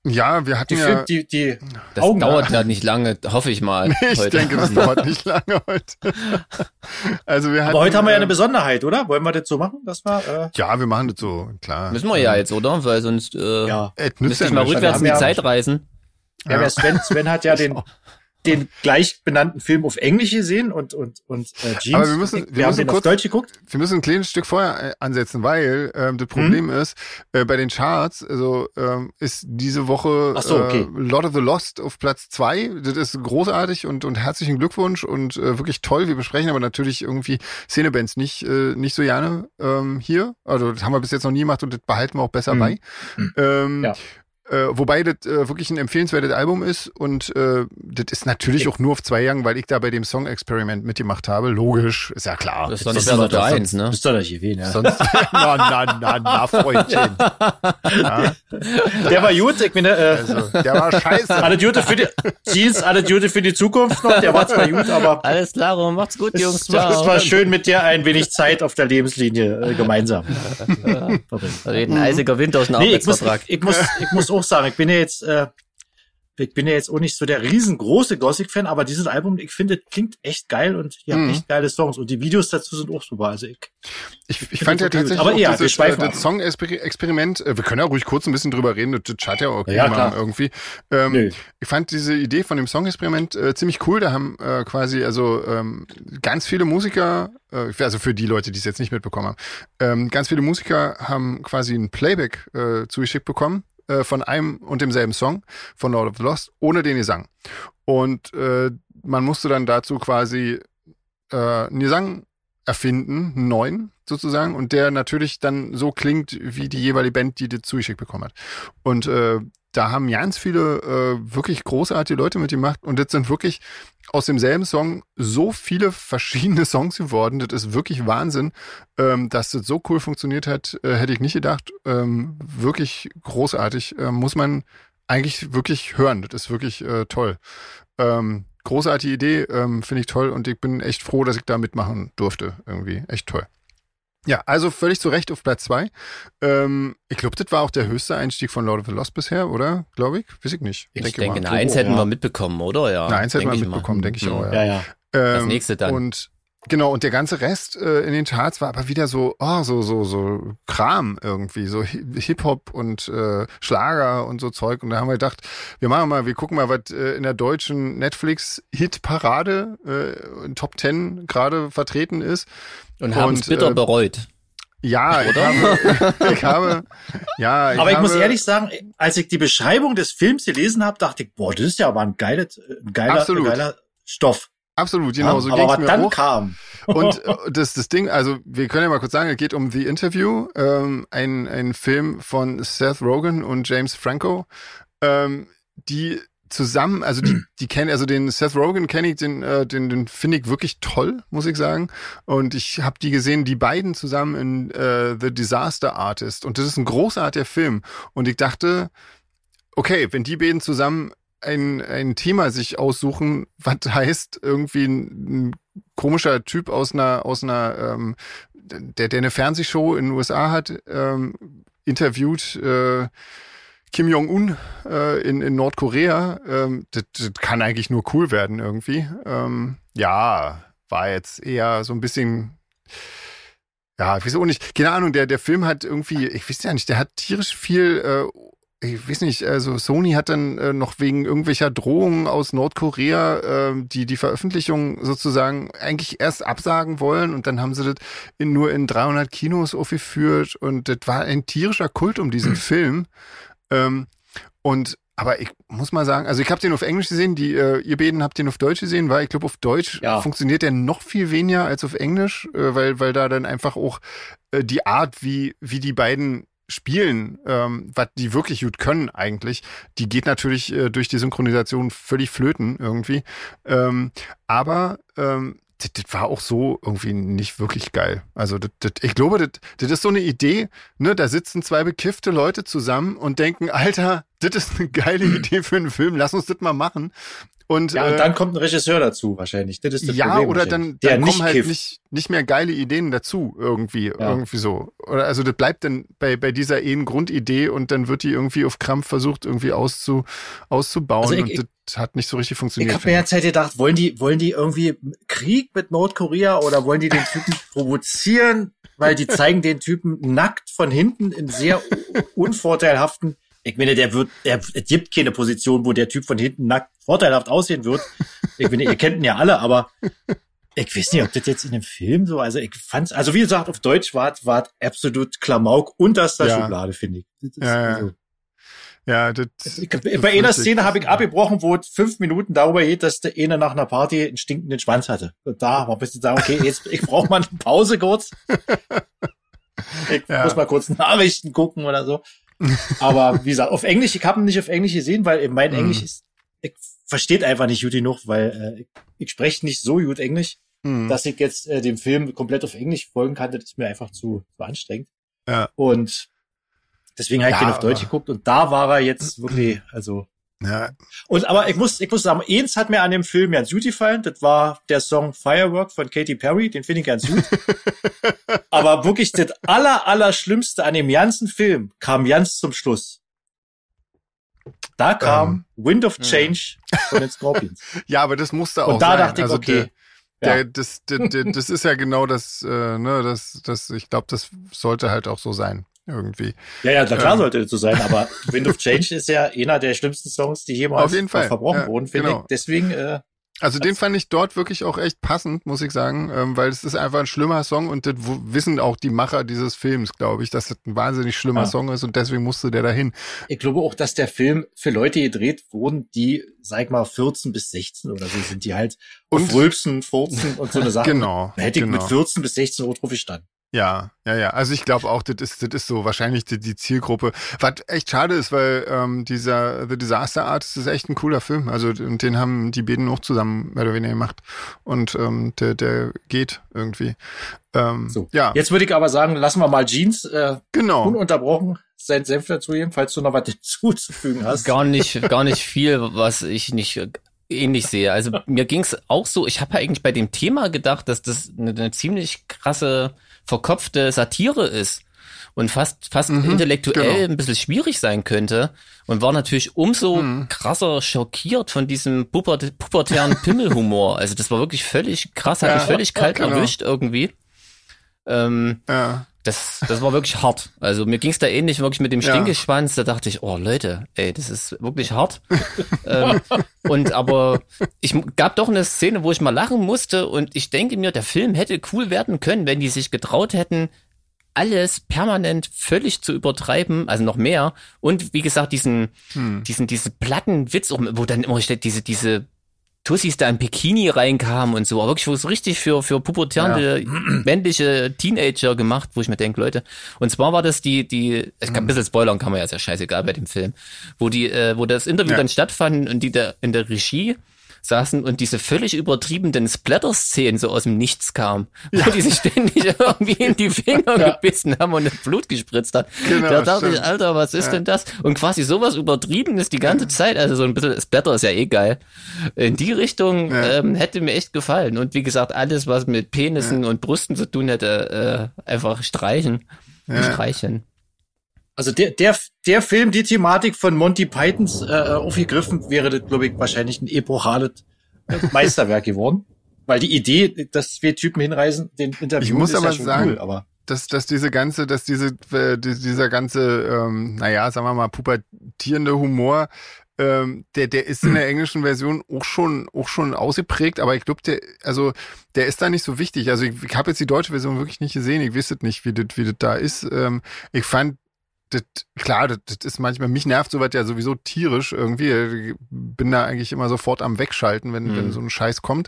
Ja, wir hatten das Augen dauert ja nicht lange, hoffe ich mal. Nee, ich denke, das dauert nicht lange heute. Also wir hatten, aber heute haben wir ja eine Besonderheit, oder? Wollen wir das so machen? Ja, wir machen das so, klar. Müssen wir ja jetzt, oder? Weil sonst müsste ich mal rückwärts in die Zeit reisen. Ja, Sven hat ja den gleich benannten Film auf Englisch gesehen und Jeans. Aber wir müssen den auf Deutsch geguckt. Wir müssen ein kleines Stück vorher ansetzen, weil das Problem ist, bei den Charts, also ist diese Woche Lord of the Lost auf Platz 2. Das ist großartig und herzlichen Glückwunsch und wirklich toll. Wir besprechen aber natürlich irgendwie Szenebands nicht so gerne hier. Also das haben wir bis jetzt noch nie gemacht und das behalten wir auch besser bei. Ja. Wobei das wirklich ein empfehlenswertes Album ist und das ist natürlich auch nur auf 2 Jahren, weil ich da bei dem Song Experiment mitgemacht habe. Logisch, ist ja klar. Das ist doch nicht mehr Seite 1, ne? Bist du nicht gewesen, ja. Sonst, na, Freundchen. Ja. Der war gut, ich meine, also, der war scheiße. Alle Gute für die Zukunft noch, der war zwar gut, aber... Alles klar, macht's gut, Jungs, ciao. Es war schön mit dir ein wenig Zeit auf der Lebenslinie gemeinsam. Ein eisiger Wind aus dem Arbeitsvertrag. Ich muss auch sagen, ich bin ja jetzt auch nicht so der riesengroße Gothic-Fan, aber dieses Album, ich finde, klingt echt geil und die haben echt geile Songs und die Videos dazu sind auch super. Also ich fand ja tatsächlich aber auch das Song-Experiment, wir können ja ruhig kurz ein bisschen drüber reden, das schadet ja auch irgendwie. Ich fand diese Idee von dem Song-Experiment ziemlich cool, da haben quasi ganz viele Musiker, also für die Leute, die es jetzt nicht mitbekommen haben, ganz viele Musiker haben quasi ein Playback zugeschickt bekommen, von einem und demselben Song von Lord of the Lost, ohne den Gesang. Und man musste dann dazu quasi einen Gesang erfinden, einen neuen sozusagen, und der natürlich dann so klingt, wie die jeweilige Band, die das zugeschickt bekommen hat. Und da haben ganz viele wirklich großartige Leute mitgemacht und das sind wirklich aus demselben Song so viele verschiedene Songs geworden. Das ist wirklich Wahnsinn, dass das so cool funktioniert hat, hätte ich nicht gedacht. Wirklich großartig, muss man eigentlich wirklich hören. Das ist wirklich toll. Großartige Idee, finde ich toll und ich bin echt froh, dass ich da mitmachen durfte. Irgendwie echt toll. Ja, also völlig zu Recht auf Platz 2. Ich glaube, das war auch der höchste Einstieg von Lord of the Lost bisher, oder? Glaube ich? Weiß ich nicht. Ich denke, eine 1 hätten wir mitbekommen, oder? Ja. Eine 1 hätten wir mitbekommen, denke ich auch, ja. Ja. Das nächste dann. Und genau, und der ganze Rest in den Charts war aber wieder so Kram irgendwie, so Hip-Hop und Schlager und so Zeug. Und da haben wir gedacht, wir gucken mal, was in der deutschen Netflix-Hit-Parade in Top 10 gerade vertreten ist. Und haben es bitter bereut. Ja, aber ich muss ehrlich sagen, als ich die Beschreibung des Films gelesen habe, dachte ich, boah, das ist ja aber ein geiler Stoff. Absolut, genau, so ging's mir auch. Aber was dann kam. Und das Ding, also wir können ja mal kurz sagen, es geht um The Interview, ein Film von Seth Rogen und James Franco, die zusammen, also die kennen, also den Seth Rogen kenne ich, den finde ich wirklich toll, muss ich sagen. Und ich habe die gesehen, die beiden zusammen in The Disaster Artist. Und das ist ein großartiger Film. Und ich dachte, okay, wenn die beiden zusammen ein Thema sich aussuchen, was heißt irgendwie ein komischer Typ aus einer der eine Fernsehshow in den USA hat, interviewt Kim Jong-un in Nordkorea, das kann eigentlich nur cool werden irgendwie. War jetzt eher so ein bisschen, ja, ich weiß auch nicht, keine Ahnung, der Film hat irgendwie, ich weiß ja nicht, der hat tierisch viel, ich weiß nicht, also Sony hat dann noch wegen irgendwelcher Drohungen aus Nordkorea die Veröffentlichung sozusagen eigentlich erst absagen wollen und dann haben sie das nur in 300 Kinos aufgeführt und das war ein tierischer Kult um diesen Film. Aber ich muss mal sagen, also ich habe den auf Englisch gesehen, ihr beiden habt den auf Deutsch gesehen, weil ich glaube, auf Deutsch funktioniert der noch viel weniger als auf Englisch, weil da dann einfach auch die Art, wie die beiden spielen, was die wirklich gut können eigentlich, die geht natürlich durch die Synchronisation völlig flöten irgendwie. Aber das war auch so irgendwie nicht wirklich geil. Also ich glaube, das ist so eine Idee, ne, da sitzen 2 bekiffte Leute zusammen und denken, Alter, das ist eine geile Idee für einen Film, lass uns das mal machen. Und dann kommt ein Regisseur dazu wahrscheinlich. Das ist das Problem, oder dann kommen halt nicht mehr geile Ideen dazu irgendwie so. Oder also das bleibt dann bei dieser Grundidee und dann wird die irgendwie auf Krampf versucht irgendwie auszubauen also und das hat nicht so richtig funktioniert. Ich habe mir jetzt halt gedacht, wollen die irgendwie Krieg mit Nordkorea oder wollen die den Typen provozieren, weil die zeigen den Typen nackt von hinten in sehr unvorteilhaften. Ich meine, es gibt keine Position, wo der Typ von hinten nackt vorteilhaft aussehen wird. Ich meine, ihr kennt ihn ja alle, aber ich weiß nicht, ob das jetzt in dem Film so, also ich fand's, also wie gesagt, auf Deutsch war absolut Klamauk unterster Schublade, finde ich. Bei einer Szene habe ich abgebrochen, wo es 5 Minuten darüber geht, dass der eine nach einer Party einen stinkenden Schwanz hatte. Und da war ein bisschen sagen, okay, jetzt, ich brauche mal eine Pause kurz. Ich muss mal kurz Nachrichten gucken oder so. Aber wie gesagt, auf Englisch, ich habe ihn nicht auf Englisch gesehen, weil mein Englisch ist, ich versteht einfach nicht gut genug, weil ich spreche nicht so gut Englisch, dass ich jetzt dem Film komplett auf Englisch folgen kann. Das ist mir einfach zu anstrengend. Ja. Und deswegen habe ich den auf Deutsch geguckt und da war er jetzt wirklich, also. Ja. Aber ich muss sagen, eins hat mir an dem Film ganz gut gefallen. Das war der Song Firework von Katy Perry. Den finde ich ganz gut. Aber wirklich das Allerschlimmste an dem ganzen Film kam ganz zum Schluss. Da kam Wind of Change von den Scorpions. Ja, aber das musste auch und da sein. Dachte ich, also okay. Das ist ja genau das, ich glaube, das sollte halt auch so sein. Irgendwie. Ja, klar sollte das so sein, aber Wind of Change ist ja einer der schlimmsten Songs, die jemals auf jeden Fall verbrochen wurden, finde ich. Deswegen, also den fand ich dort wirklich auch echt passend, muss ich sagen, weil es ist einfach ein schlimmer Song und das wissen auch die Macher dieses Films, glaube ich, dass das ein wahnsinnig schlimmer Song ist und deswegen musste der dahin. Ich glaube auch, dass der Film für Leute gedreht wurden, die, sag ich mal, 14 bis 16 oder so sind, die halt auf Rülpsen, Furzen und so eine Sache. Genau. Da hätte ich mit 14 bis 16 Euro drauf gestanden. Ja. Also ich glaube auch, das ist so wahrscheinlich die Zielgruppe. Was echt schade ist, weil dieser The Disaster Artist ist echt ein cooler Film. Also und den haben die beiden auch zusammen mehr oder weniger gemacht. Und der geht irgendwie. So. Ja. Jetzt würde ich aber sagen, lassen wir mal Jeans ununterbrochen seinen Senf dazu geben, falls du noch was hinzuzufügen hast. Gar nicht viel, was ich nicht ähnlich sehe. Also mir ging's auch so, ich habe eigentlich bei dem Thema gedacht, dass das eine ziemlich krasse verkopfte Satire ist und fast intellektuell ein bisschen schwierig sein könnte und war natürlich umso krasser schockiert von diesem pubertären Pimmelhumor. Also das war wirklich völlig krass, hat mich völlig kalt erwischt irgendwie. Das war wirklich hart. Also mir ging's da ähnlich wirklich mit dem Stinkeschwanz. Da dachte ich, oh Leute, ey, das ist wirklich hart. Aber ich gab doch eine Szene, wo ich mal lachen musste und ich denke mir, der Film hätte cool werden können, wenn die sich getraut hätten, alles permanent völlig zu übertreiben, also noch mehr. Und wie gesagt, diese platten Witz, wo dann immer steht, diese Tussis da in Bikini reinkamen und so, aber wirklich, wo es richtig für pubertierende männliche Teenager gemacht, wo ich mir denke, Leute, und zwar war das ich kann ein bisschen spoilern, kann man ja, ist ja scheißegal bei dem Film, wo das Interview dann stattfand und die da in der Regie saßen und diese völlig übertriebenen Splatter-Szenen so aus dem Nichts kamen, wo die sich ständig irgendwie in die Finger gebissen haben und das Blut gespritzt hat. Genau, da dachte ich, Alter, was ist denn das? Und quasi sowas Übertriebenes die ganze Zeit, also so ein bisschen Splatter ist ja eh geil. In die Richtung hätte mir echt gefallen. Und wie gesagt, alles, was mit Penissen und Brüsten zu tun hätte, einfach streichen. Also der Film, die Thematik von Monty Pythons aufgegriffen, wäre das, glaube ich, wahrscheinlich ein epochales Meisterwerk geworden. Weil die Idee, dass wir Typen hinreisen, den Interview ich muss ist aber ja schon sagen, cool, aber dass dieser ganze, sagen wir mal, pubertierende Humor, der ist in der englischen Version auch schon ausgeprägt, aber ich glaube, der ist da nicht so wichtig. Also ich habe jetzt die deutsche Version wirklich nicht gesehen, ich wüsste nicht, wie das da ist. Ich fand das ist manchmal, mich nervt sowas ja sowieso tierisch irgendwie. Ich bin da eigentlich immer sofort am Wegschalten, wenn so ein Scheiß kommt.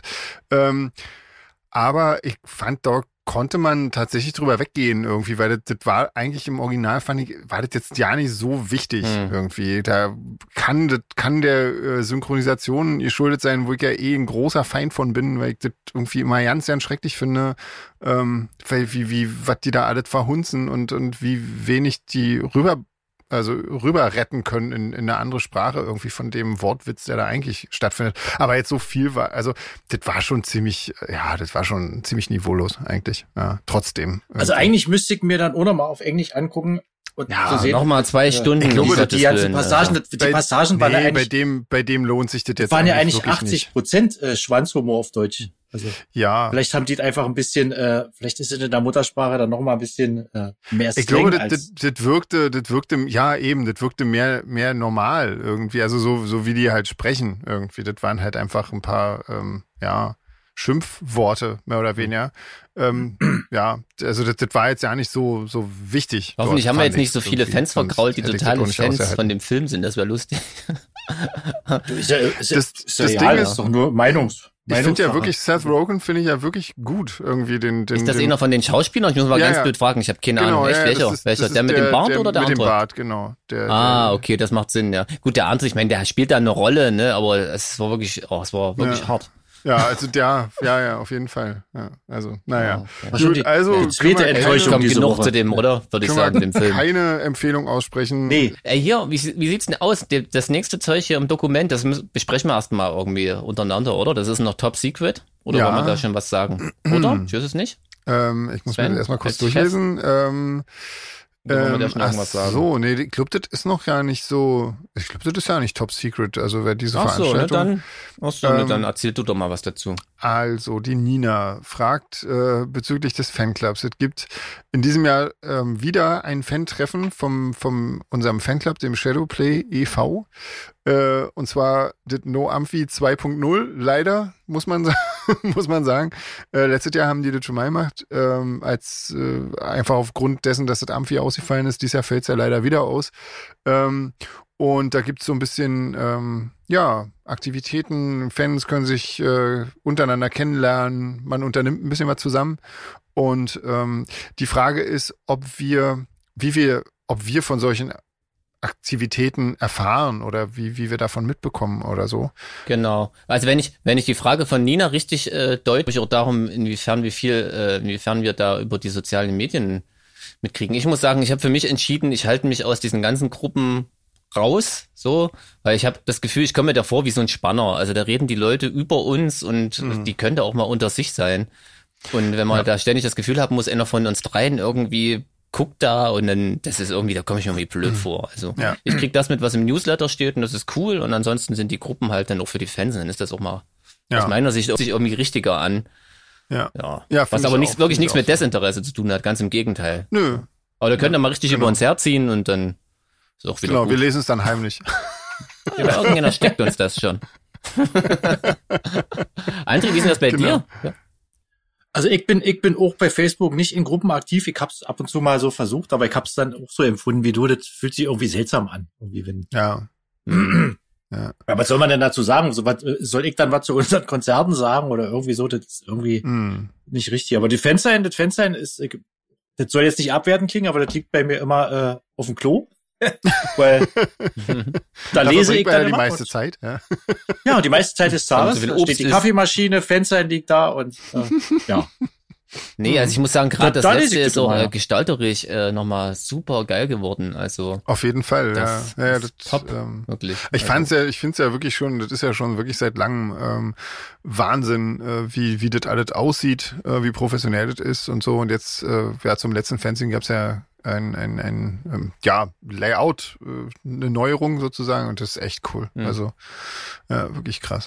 Aber ich fand, dort konnte man tatsächlich drüber weggehen irgendwie, weil das war eigentlich im Original, fand ich, war das jetzt ja nicht so wichtig irgendwie. Da kann der Synchronisation geschuldet sein, wo ich ja ein großer Feind von bin, weil ich das irgendwie immer ganz, ganz schrecklich finde, was die da alles verhunzen und wie wenig die also rüber retten können in eine andere Sprache irgendwie von dem Wortwitz, der da eigentlich stattfindet. Aber jetzt so viel war, also das war schon ziemlich niveaulos eigentlich. Ja, trotzdem. Irgendwie. Also eigentlich müsste ich mir dann auch noch mal auf Englisch angucken. Und ja, so nochmal 2 Stunden. Ich glaube, die ganzen Passagen, waren ja eigentlich. Bei dem lohnt sich das jetzt. Waren ja eigentlich 80% Schwanzhumor auf Deutsch. Also ja. Vielleicht haben die einfach ein bisschen, vielleicht ist es in der Muttersprache dann noch mal ein bisschen mehr streng. Ich glaube, das wirkte mehr normal irgendwie. Also so wie die halt sprechen irgendwie. Das waren halt einfach ein paar Schimpfworte, mehr oder weniger. Ja, also das war jetzt ja nicht so wichtig. Hoffentlich haben wir jetzt nicht so viele Fans vergrault, die totale Fans von dem Film sind. Das wäre lustig. Das Ding ist doch nur Ich finde ja wirklich, Seth Rogen finde ich ja wirklich gut irgendwie Ist das einer von den Schauspielern? Ich muss mal ganz blöd fragen, ich habe keine Ahnung. Welcher? Der mit dem Bart oder der andere? Mit dem Bart, genau. Okay, das macht Sinn, ja. Gut, der andere, ich meine, der spielt da eine Rolle, ne, aber es war wirklich hart. Ja, also auf jeden Fall. Ja, also, naja. Okay. Gut, also die zweite Enttäuschung genug zu dem, oder? Würde ich sagen, dem Film. Keine Empfehlung aussprechen. Nee. Hier, wie sieht's denn aus? Das nächste Zeug hier im Dokument, das besprechen wir erstmal irgendwie untereinander, oder? Das ist noch Top Secret? Oder wollen wir da schon was sagen? Oder? Ich weiß es nicht. Ich muss mir das erstmal kurz durchlesen. So, nee, ich glaube, das ist noch gar nicht so. Ich glaube, das ist ja nicht Top Secret, also wer diese Veranstaltung. Dann erzähl du doch mal was dazu. Also, die Nina fragt bezüglich des Fanclubs. Es gibt in diesem Jahr wieder ein Fan-Treffen vom unserem Fanclub, dem Shadowplay e.V. Und zwar das No Amphi 2.0, leider, muss man sagen. Letztes Jahr haben die das schon mal gemacht, als einfach aufgrund dessen, dass das Amphi ausgefallen ist. Dieses Jahr fällt es ja leider wieder aus. Und da gibt es so ein bisschen Aktivitäten, Fans können sich untereinander kennenlernen, man unternimmt ein bisschen was zusammen. Und die Frage ist, ob wir von solchen Aktivitäten erfahren oder wie wir davon mitbekommen oder so. Genau. Also wenn ich die Frage von Nina richtig deutlich auch darum, inwiefern wir da über die sozialen Medien mitkriegen. Ich muss sagen, ich habe für mich entschieden, ich halte mich aus diesen ganzen Gruppen raus, so, weil ich habe das Gefühl, ich komme mir da vor wie so ein Spanner. Also da reden die Leute über uns und die könnte auch mal unter sich sein. Und wenn man da ständig das Gefühl haben muss, einer von uns dreien irgendwie guckt da und dann, das ist irgendwie, da komme ich mir irgendwie blöd vor. Also ich krieg das mit, was im Newsletter steht und das ist cool und ansonsten sind die Gruppen halt dann auch für die Fans und dann ist das auch mal aus meiner Sicht sich irgendwie richtiger an. Ja, was aber wirklich nichts mit Desinteresse zu tun hat, ganz im Gegenteil. Nö. Aber da könnt ihr mal richtig über uns herziehen und dann ist auch wieder gut. Wir lesen es dann heimlich. Ja, irgendjemand steckt uns das schon. André, wie ist denn das bei dir? Ja. Also ich bin auch bei Facebook nicht in Gruppen aktiv. Ich hab's ab und zu mal so versucht, aber ich hab's dann auch so empfunden wie du. Das fühlt sich irgendwie seltsam an. Irgendwie wenn. Ja. Ja. Was soll man denn dazu sagen? So, soll ich dann was zu unseren Konzerten sagen oder irgendwie so? Das ist irgendwie nicht richtig. Aber das Fansein ist, das soll jetzt nicht abwertend klingen, aber das liegt bei mir immer auf dem Klo. Weil da lese ich dann ja die meiste Zeit. Ja, die meiste Zeit des Tages. Da steht die Kaffeemaschine, Fansein liegt da und ja. Nee, also ich muss sagen, gerade das letzte ist auch gestalterisch nochmal super geil geworden. Also auf jeden Fall, das top, wirklich. Ich finde es ja wirklich schon, das ist ja schon wirklich seit langem Wahnsinn, wie das alles aussieht, wie professionell das ist und so. Und jetzt, zum letzten Fanzine gab es ja ein Layout, eine Neuerung sozusagen und das ist echt cool. Also wirklich krass.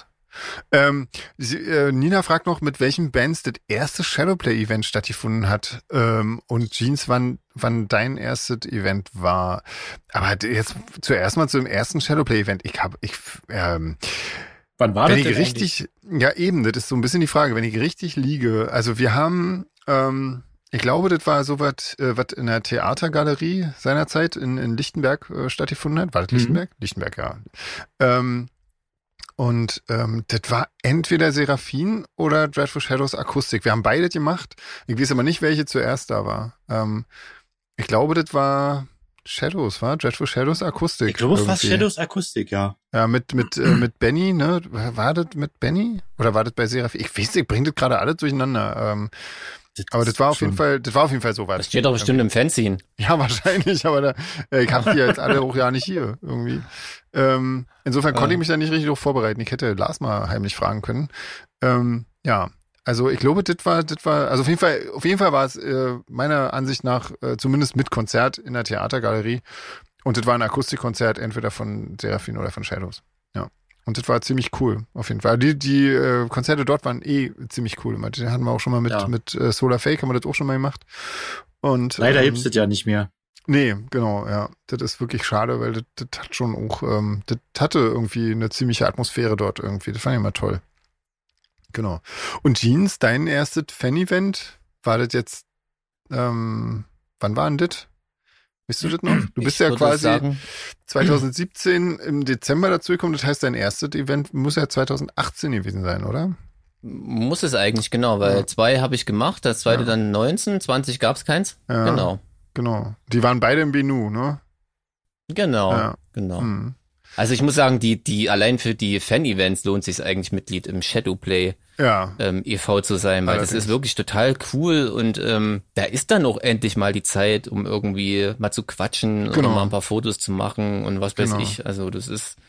Nina fragt noch, mit welchen Bands das erste Shadowplay-Event stattgefunden hat und Jeans, wann dein erstes Event war. Aber jetzt zuerst mal zum ersten Shadowplay-Event. Wann war das denn richtig? Ja, eben, das ist so ein bisschen die Frage, wenn ich richtig liege. Also wir haben ich glaube, das war so was in der Theatergalerie seinerzeit in Lichtenberg stattgefunden hat. War das Lichtenberg? Lichtenberg, ja. Und das war entweder Seraphin oder Dreadful Shadows Akustik. Wir haben beide gemacht. Ich weiß aber nicht, welche zuerst da war. Ich glaube, das war Shadows, war Dreadful Shadows Akustik. Ich glaube fast Shadows Akustik, ja. Ja, mit Benny, ne? War das mit Benny? Oder war das bei Seraphin? Ich weiß nicht, ich bringe das gerade alles durcheinander. Aber das war auf jeden Fall sowas. Das steht doch bestimmt im Fanzine. Ja, wahrscheinlich, aber ich habe die jetzt alle auch ja nicht hier irgendwie. Insofern konnte ich mich da nicht richtig drauf vorbereiten. Ich hätte Lars mal heimlich fragen können. Ja, also ich glaube, das war, also auf jeden Fall war es meiner Ansicht nach zumindest mit Konzert in der Theatergalerie. Und das war ein Akustikkonzert entweder von Seraphine oder von Shadows. Ja. Und das war ziemlich cool, auf jeden Fall. Die Konzerte dort waren ziemlich cool. Die hatten wir auch schon mal mit Solar Fake, haben wir das auch schon mal gemacht. Und leider gibt's das ja nicht mehr. Nee, genau, ja. Das ist wirklich schade, weil das hat schon auch, das hatte irgendwie eine ziemliche Atmosphäre dort irgendwie. Das fand ich immer toll. Genau. Und Jeans, dein erstes Fan-Event, war das jetzt, wann war denn das? Weißt du das noch? Du bist ja quasi 2017 im Dezember dazu gekommen. Das heißt, dein erstes Event muss ja 2018 gewesen sein, oder? Muss es eigentlich, genau, weil 2 habe ich gemacht, das zweite dann 19, 20 gab's keins. Ja, genau. Die waren beide im Benu, ne? Genau. Mhm. Also ich muss sagen, die allein für die Fan-Events lohnt sich eigentlich Mitglied im Shadowplay e.V. zu sein, weil das ist wirklich total cool und da ist dann auch endlich mal die Zeit, um irgendwie mal zu quatschen und mal ein paar Fotos zu machen und was weiß ich. Also das ist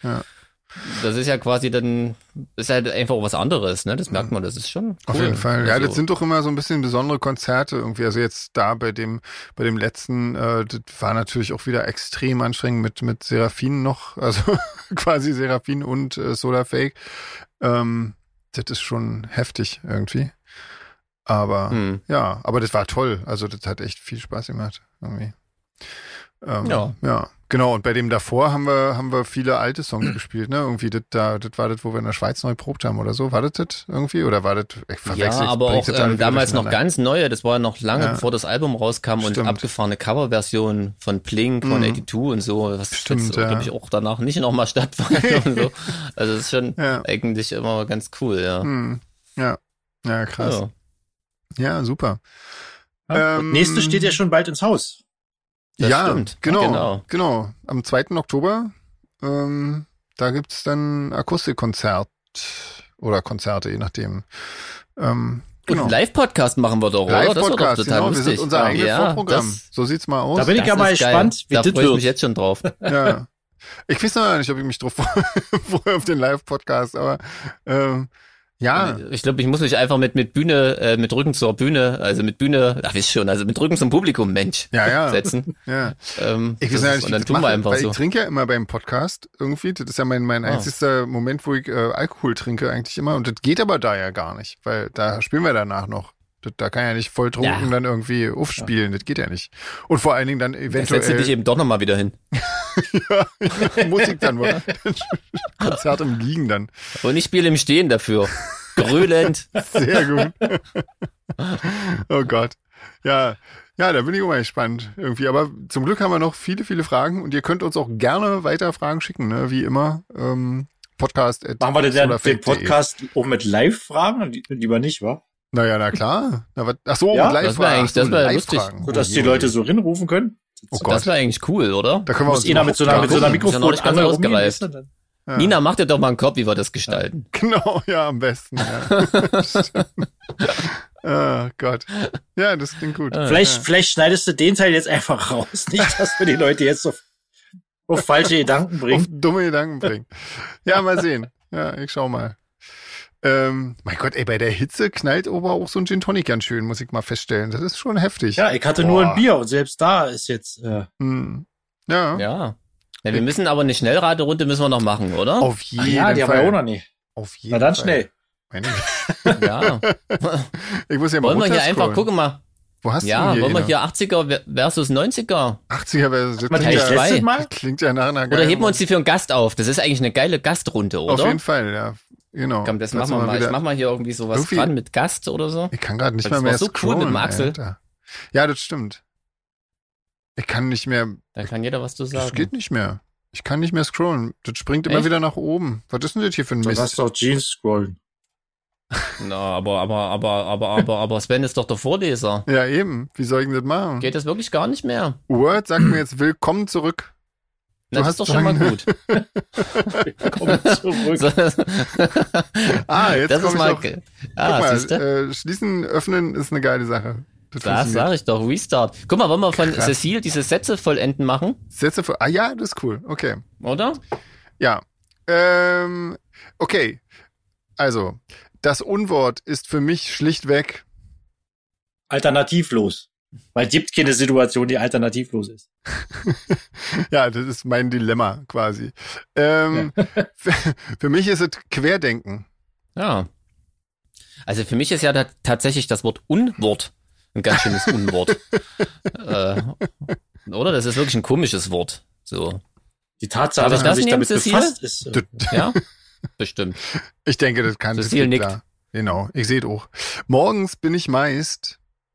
ja quasi dann, ist halt einfach auch was anderes, ne? Das merkt man, das ist schon cool. Auf jeden Fall. Ja, das sind doch immer so ein bisschen besondere Konzerte irgendwie. Also jetzt da bei dem letzten, das war natürlich auch wieder extrem anstrengend mit Seraphine noch, also quasi Seraphine und Solar Fake. Das ist schon heftig irgendwie. Aber aber das war toll. Also das hat echt viel Spaß gemacht irgendwie. Ja, genau. Und bei dem davor haben wir viele alte Songs gespielt, ne? Irgendwie das war das, wo wir in der Schweiz neu probt haben oder so. War das irgendwie? Oder war das? Ja, aber auch damals noch ganz neue. Das war ja noch lange bevor das Album rauskam. Stimmt. Und abgefahrene Coverversion von Blink, von 82 und so. Was jetzt, glaube ich, auch danach nicht nochmal stattfand und so. Also das ist schon eigentlich immer ganz cool, ja. Ja, krass. Ja, super. Das nächste steht ja schon bald ins Haus. Das stimmt. Genau. Am 2. Oktober, da gibt's dann Akustikkonzert oder Konzerte, je nachdem. Und einen Live-Podcast machen wir doch, oder? Live-Podcast, genau. Wir sind unser eigenes Vorprogramm. So sieht's mal aus. Da bin ich ja mal gespannt, wie das wird. Da freue ich mich jetzt schon drauf. Ja. Ich weiß noch nicht, ob ich mich drauf freue auf den Live-Podcast, aber ja. Ich glaube, ich muss mich einfach mit Bühne, mit Rücken zur Bühne, also mit Bühne, wisst schon, also mit Rücken zum Publikum, Mensch, setzen. Ja. Ich weiß nicht, und dann tun wir einfach weil so. Ich trinke ja immer beim Podcast irgendwie. Das ist ja mein einzigster Moment, wo ich Alkohol trinke eigentlich immer. Und das geht aber da ja gar nicht, weil da spielen wir danach noch. Da kann ja nicht voll trunken dann irgendwie aufspielen. Das geht ja nicht. Und vor allen Dingen dann eventuell. Da setzt du dich eben doch nochmal wieder hin. Musik dann wohl. Konzert im Liegen dann. Und ich spiele im Stehen dafür. Grölend. Sehr gut. Oh Gott. Ja, da bin ich auch mal gespannt irgendwie. Aber zum Glück haben wir noch viele, viele Fragen und ihr könnt uns auch gerne weiter Fragen schicken, ne? Wie immer. Podcast. Machen wir denn den Podcast auch mit Live-Fragen? Lieber nicht, wa? Naja, na klar. Ach so, mit Live-Fragen. Das wäre lustig. So, dass die Leute so rinrufen können. Oh Gott. Das wäre eigentlich cool, oder? Da können wir uns einer mit so einer Mikrofon ausgereift. Ja. Nina, mach dir doch mal einen Kopf, wie wir das gestalten. Genau, ja, am besten. Ja. Oh Gott. Ja, das klingt gut. Vielleicht schneidest du den Teil jetzt einfach raus. Nicht, dass wir die Leute jetzt auf falsche Gedanken bringen. Auf dumme Gedanken bringen. Ja, mal sehen. Ja, ich schau mal. Mein Gott, bei der Hitze knallt aber auch so ein Gin Tonic ganz schön, muss ich mal feststellen. Das ist schon heftig. Ja, ich hatte nur ein Bier und selbst da ist jetzt... Ja, wir müssen aber eine Schnellraterunde müssen wir noch machen, oder? Auf jeden Fall. Ja, die haben wir auch noch nicht. Auf jeden Fall. Na dann schnell. Ja. Ich muss ja mal wollen wir hier einfach, gucken mal. Wo hast du hier? Wollen wir hier 80er versus 90er? 80er versus 90er. Klingt ja nach einer Oder heben wir uns die für einen Gast auf? Das ist eigentlich eine geile Gastrunde, oder? Auf jeden Fall, ja. Genau. Komm, das machen wir mal. Ich mach mal hier irgendwie sowas dran mit Gast oder so. Ich kann gerade nicht mehr scrollen. Das war so cool mit dem Axel. Alter. Ja, das stimmt. Ich kann nicht mehr. Da kann jeder was zu sagen. Das geht nicht mehr. Ich kann nicht mehr scrollen. Das springt immer wieder nach oben. Was ist denn das hier für ein Mist? Du hast doch Jeans scrollen. Na, aber Sven ist doch der Vorleser. Ja, eben. Wie soll ich denn das machen? Geht das wirklich gar nicht mehr? Word sagt mir jetzt willkommen zurück. Das ist doch schon mal gut. Willkommen zurück. Jetzt das ist mal. Guck mal, schließen, öffnen ist eine geile Sache. Das sag ich doch, Restart. Guck mal, wollen wir von Cecile diese Sätze vollenden machen? Ja, das ist cool, okay. Oder? Ja. Okay. Also, das Unwort ist für mich schlichtweg alternativlos. Weil es gibt keine Situation, die alternativlos ist. Ja, das ist mein Dilemma quasi. Für mich ist es Querdenken. Ja. Also für mich ist ja tatsächlich das Wort Unwort ein ganz schönes Unwort. Oder? Das ist wirklich ein komisches Wort. So. Die Tatsache, dass man sich damit befasst, ist... Ja, bestimmt. Ich denke, das kann Cecile nickt. Klar. Genau, ich sehe es auch. Morgens bin ich meist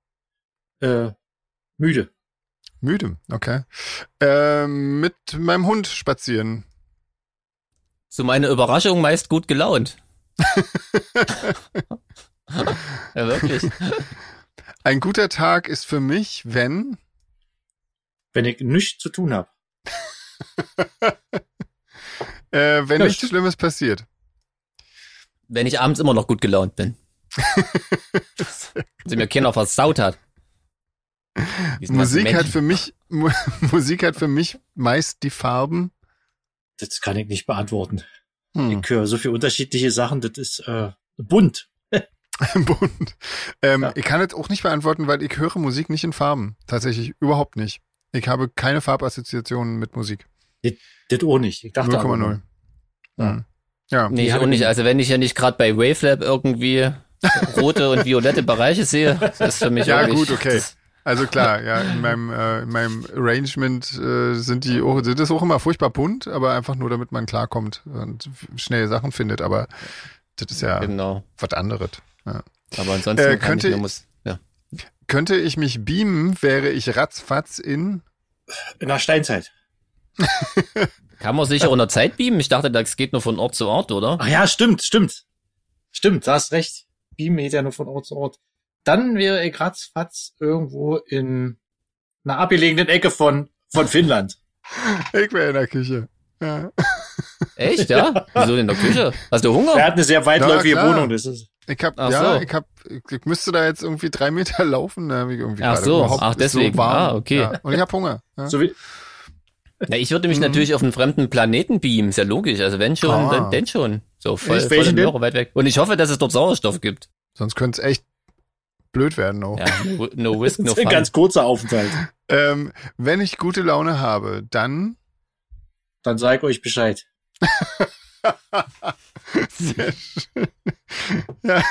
müde. Müde, okay. Mit meinem Hund spazieren. Zu meiner Überraschung meist gut gelaunt. Ja, wirklich. Ein guter Tag ist für mich, wenn ich nichts zu tun habe. Wenn nichts Schlimmes passiert. Wenn ich abends immer noch gut gelaunt bin. Wenn mir keiner versaut hat. Musik hat für mich meist die Farben. Das kann ich nicht beantworten. Ich höre so viele unterschiedliche Sachen, das ist bunt. Bunt. Ich kann es auch nicht beantworten, weil ich höre Musik nicht in Farben. Tatsächlich überhaupt nicht. Ich habe keine Farbassoziationen mit Musik. Das auch nicht. Ich dachte 0,0. Ja. Nee, ich auch nicht. Also wenn ich ja nicht gerade bei Wavelab irgendwie rote und violette Bereiche sehe, das ist für mich ja gut, okay. Also klar, ja, in meinem Arrangement sind das auch immer furchtbar bunt, aber einfach nur, damit man klarkommt und schnell Sachen findet. Aber das ist ja was anderes. Ja. Aber ansonsten könnte ich mich beamen, wäre ich ratzfatz in der Steinzeit. Kann man sich auch in der Zeit beamen? Ich dachte, das geht nur von Ort zu Ort, oder? Ach ja, stimmt. Du hast recht. Beamen geht ja nur von Ort zu Ort. Dann wäre ich ratzfatz irgendwo in einer abgelegenen Ecke von Finnland. Ich wäre in der Küche. Ja. Echt, ja? Wieso in der Küche? Hast du Hunger? Er hat eine sehr weitläufige Wohnung. Das ist. Ich müsste da jetzt irgendwie 3 Meter laufen. Deswegen. So warm. Okay. Ja. Und ich habe Hunger. Ja. So wie ich würde mich natürlich auf einen fremden Planeten beamen, ist ja logisch. Also wenn schon, dann schon. So voll weit weg. Und ich hoffe, dass es dort Sauerstoff gibt. Sonst könnte es echt blöd werden. Ja, no risk, no fun. Ein ganz kurzer Aufenthalt. Wenn ich gute Laune habe, dann sag ich euch Bescheid. Sehr schön. Ja.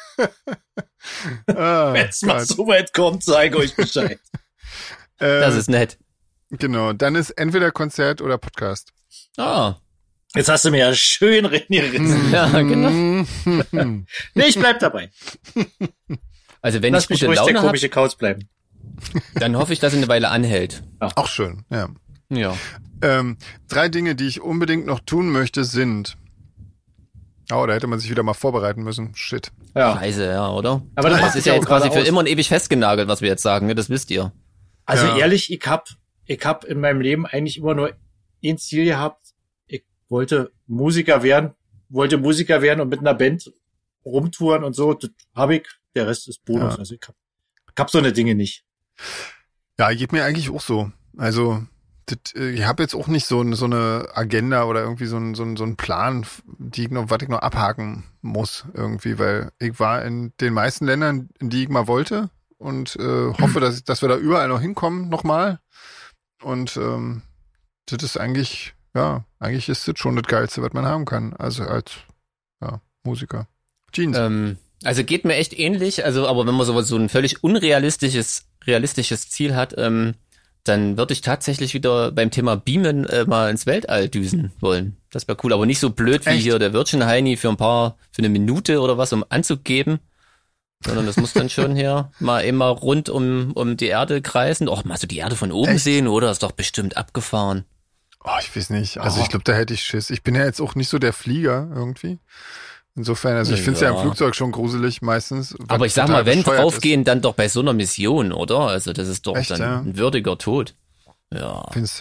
Wenn es mal so weit kommt, sag ich euch Bescheid. Das ist nett. Genau, dann ist entweder Konzert oder Podcast. Jetzt hast du mir ja schön reingerissen. Ja, genau. Nee, ich bleib dabei. Also wenn ich gute Laune habe, der komische Kauz bleiben. Dann hoffe ich, dass es eine Weile anhält. Auch schön, ja. Ja. 3 Dinge, die ich unbedingt noch tun möchte, sind... da hätte man sich wieder mal vorbereiten müssen. Shit. Ja. Scheiße, ja, oder? Aber das ist ja jetzt quasi für immer und ewig festgenagelt, was wir jetzt sagen, ne? Das wisst ihr. Also ehrlich, ich hab in meinem Leben eigentlich immer nur ein Ziel gehabt. Ich wollte Musiker werden und mit einer Band rumtouren und so. Das habe ich. Der Rest ist Bonus. Ja. Also ich hab so eine Dinge nicht. Ja, geht mir eigentlich auch so. Also ich habe jetzt auch nicht so eine Agenda oder irgendwie so einen Plan, was ich noch abhaken muss irgendwie, weil ich war in den meisten Ländern, in die ich mal wollte und hoffe, dass wir da überall noch hinkommen nochmal. Und das ist eigentlich ist das schon das Geilste, was man haben kann. Also als Musiker. Jeans. Also geht mir echt ähnlich, aber wenn man so ein völlig realistisches Ziel hat, dann würde ich tatsächlich wieder beim Thema Beamen mal ins Weltall düsen wollen. Das wäre cool, aber nicht so blöd wie hier der Virgin Heini für eine Minute oder was, um anzugeben, sondern das muss dann schon hier mal immer rund um die Erde kreisen. Mal so die Erde von oben sehen, oder? Das ist doch bestimmt abgefahren. Ich weiß nicht. Also ich glaube, da hätte ich Schiss. Ich bin ja jetzt auch nicht so der Flieger irgendwie. Insofern, also ich finde es ja im Flugzeug schon gruselig meistens. Aber ich sag mal, wenn draufgehen, dann doch bei so einer Mission, oder? Also das ist doch echt, dann ein würdiger Tod. Ja. Findest du?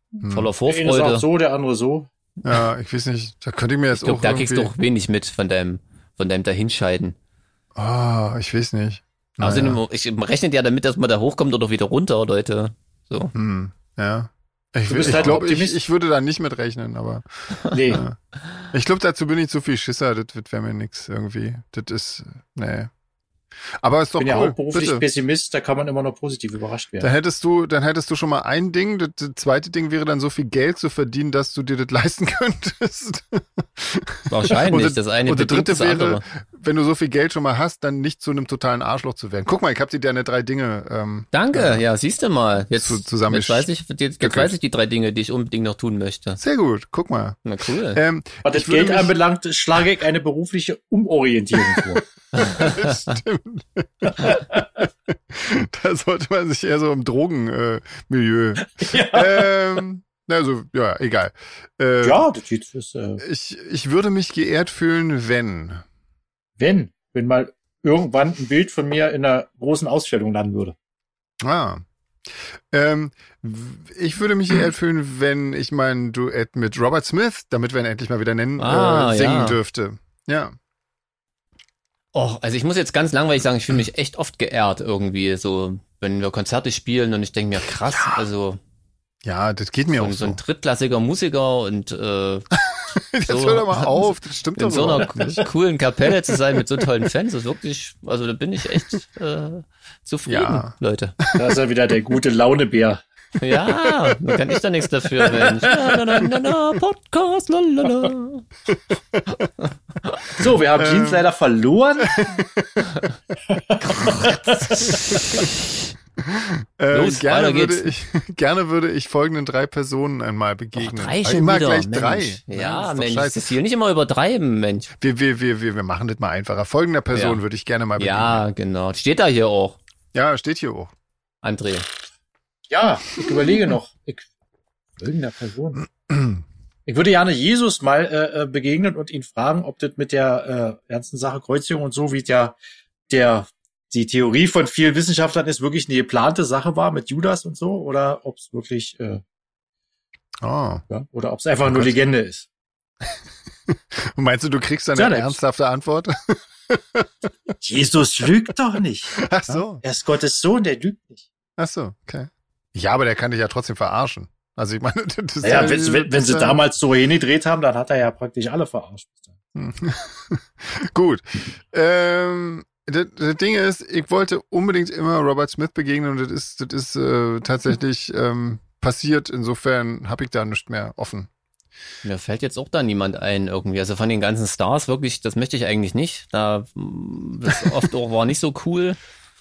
voller Vorfreude. Der eine sagt so, der andere so. Ja, ich weiß nicht. Da könnte ich mir jetzt auch da kriegst du doch wenig mit von deinem Dahinscheiden. Ich weiß nicht. Außerdem, ich rechne ja damit, dass man da hochkommt oder wieder runter, Leute. So. Ja. Ich glaube, ich würde da nicht mit rechnen, aber. Nee. Ich glaube, dazu bin ich zu viel Schisser, das wäre mir nix irgendwie. Das ist, nee. Aber ist doch cool. Ich bin ja auch beruflich Pessimist, da kann man immer noch positiv überrascht werden. Dann hättest du schon mal ein Ding. Das zweite Ding wäre dann so viel Geld zu verdienen, dass du dir das leisten könntest. Wahrscheinlich. Das eine und das dritte wäre, wenn du so viel Geld schon mal hast, dann nicht zu einem totalen Arschloch zu werden. Guck mal, ich habe dir deine 3 Dinge. Danke, ja, siehst du mal. Jetzt weiß ich die 3 Dinge, die ich unbedingt noch tun möchte. Sehr gut, guck mal. Na cool. Was das Geld anbelangt, schlage ich eine berufliche Umorientierung vor. Das stimmt. Da sollte man sich eher so im Drogenmilieu. Also, ja, egal. Ja, das sieht fürs. Ich würde mich geehrt fühlen, wenn mal irgendwann ein Bild von mir in einer großen Ausstellung landen würde. Ich würde mich geehrt fühlen, wenn ich mein Duett mit Robert Smith, damit wir ihn endlich mal wieder nennen, singen dürfte. Ja. Also ich muss jetzt ganz langweilig sagen, ich fühle mich echt oft geehrt irgendwie, so, wenn wir Konzerte spielen und ich denke mir, krass, also. Ja, das geht mir auch so. So ein drittklassiger Musiker und das hör doch mal auf, das stimmt doch in so einer coolen Kapelle zu sein mit so tollen Fans, ist wirklich, also da bin ich echt zufrieden, Leute. Da ist ja wieder der gute Launebär. Ja, da kann ich da nichts dafür, Mensch. Podcast, lalala. So, wir haben Jeans leider verloren. Los, gerne würde ich folgenden 3 Personen einmal begegnen. 3 schon immer wieder, gleich Mensch. 3. Ja, Mensch, das ist hier nicht immer übertreiben, Mensch. Wir machen das mal einfacher. Folgender Person würde ich gerne mal begegnen. Ja, genau. Steht da hier auch. Ja, steht hier auch. André. Ja, ich überlege noch. Folgender Person. Ich würde gerne Jesus mal begegnen und ihn fragen, ob das mit der ganzen Sache Kreuzigung und so, wie die Theorie von vielen Wissenschaftlern ist, wirklich eine geplante Sache war mit Judas und so, oder ob es wirklich oder ob es einfach nur Legende ist. Meinst du kriegst dann eine ernsthafte Antwort? Jesus lügt doch nicht. Ach so. Er ist Gottes Sohn, der lügt nicht. Ach so, okay. Ja, aber der kann dich ja trotzdem verarschen. Also ich meine, das ist wenn sie damals so hingedreht haben, dann hat er ja praktisch alle verarscht. Gut. Das Ding ist, ich wollte unbedingt immer Robert Smith begegnen und das ist tatsächlich passiert. Insofern habe ich da nichts mehr offen. Mir fällt jetzt auch da niemand ein irgendwie. Also von den ganzen Stars wirklich, das möchte ich eigentlich nicht. Das oft auch war nicht so cool.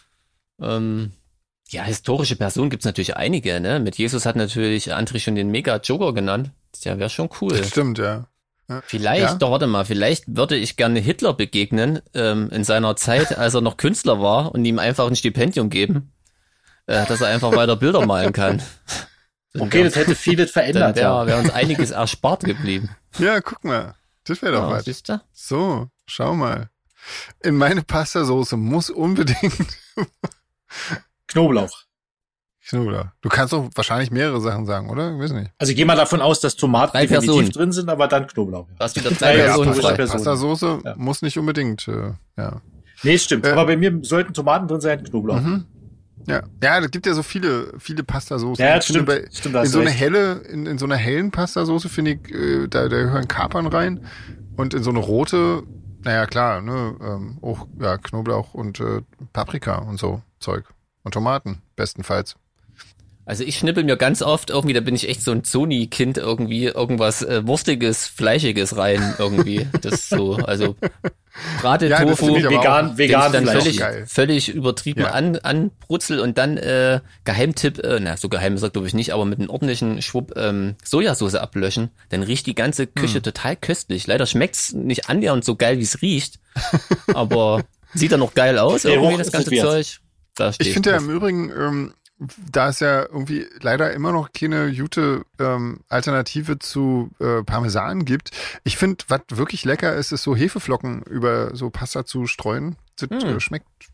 Ja, historische Personen gibt's natürlich einige, ne? Mit Jesus hat natürlich André schon den Mega-Joker genannt. Der wäre schon cool. Das stimmt, ja. Vielleicht, doch warte mal, vielleicht würde ich gerne Hitler begegnen in seiner Zeit, als er noch Künstler war und ihm einfach ein Stipendium geben, dass er einfach weiter Bilder malen kann. Okay, das hätte vieles verändert. Dann wäre uns einiges erspart geblieben. Ja, guck mal, das wäre doch was. Siehst du? So, schau mal. In meine Pastasoße muss unbedingt Knoblauch. Du kannst doch wahrscheinlich mehrere Sachen sagen, oder? Ich weiß nicht. Also ich gehe mal davon aus, dass Tomaten definitiv drin sind, aber dann Knoblauch. Was wieder 3 Personen frei. Pastasoße muss nicht unbedingt, ja. Nee, stimmt. Aber bei mir sollten Tomaten drin sein, Knoblauch. Ja, es gibt ja so viele Pastasoßen. Ja, stimmt. In so einer hellen Pastasoße finde ich, da gehören Kapern rein. Und in so eine rote, naja, klar, ne, auch, ja, Knoblauch und Paprika und so Zeug. Und Tomaten, bestenfalls. Also ich schnippel mir ganz oft irgendwie, da bin ich echt so ein Sony-Kind irgendwie, irgendwas Wurstiges, Fleischiges rein irgendwie. Das ist so, also Brate, ja, Tofu, vegan dann völlig übertrieben anbrutzel und dann Geheimtipp, so geheim ist er glaube ich nicht, aber mit einem ordentlichen Schwupp Sojasauce ablöschen, dann riecht die ganze Küche total köstlich. Leider schmeckt's nicht annähernd so geil, wie es riecht, aber sieht dann noch geil aus, irgendwie das ganze Zeug. Ich finde ja im Übrigen, da es ja irgendwie leider immer noch keine gute Alternative zu Parmesan gibt. Ich finde, was wirklich lecker ist, ist so Hefeflocken über so Pasta zu streuen. Das schmeckt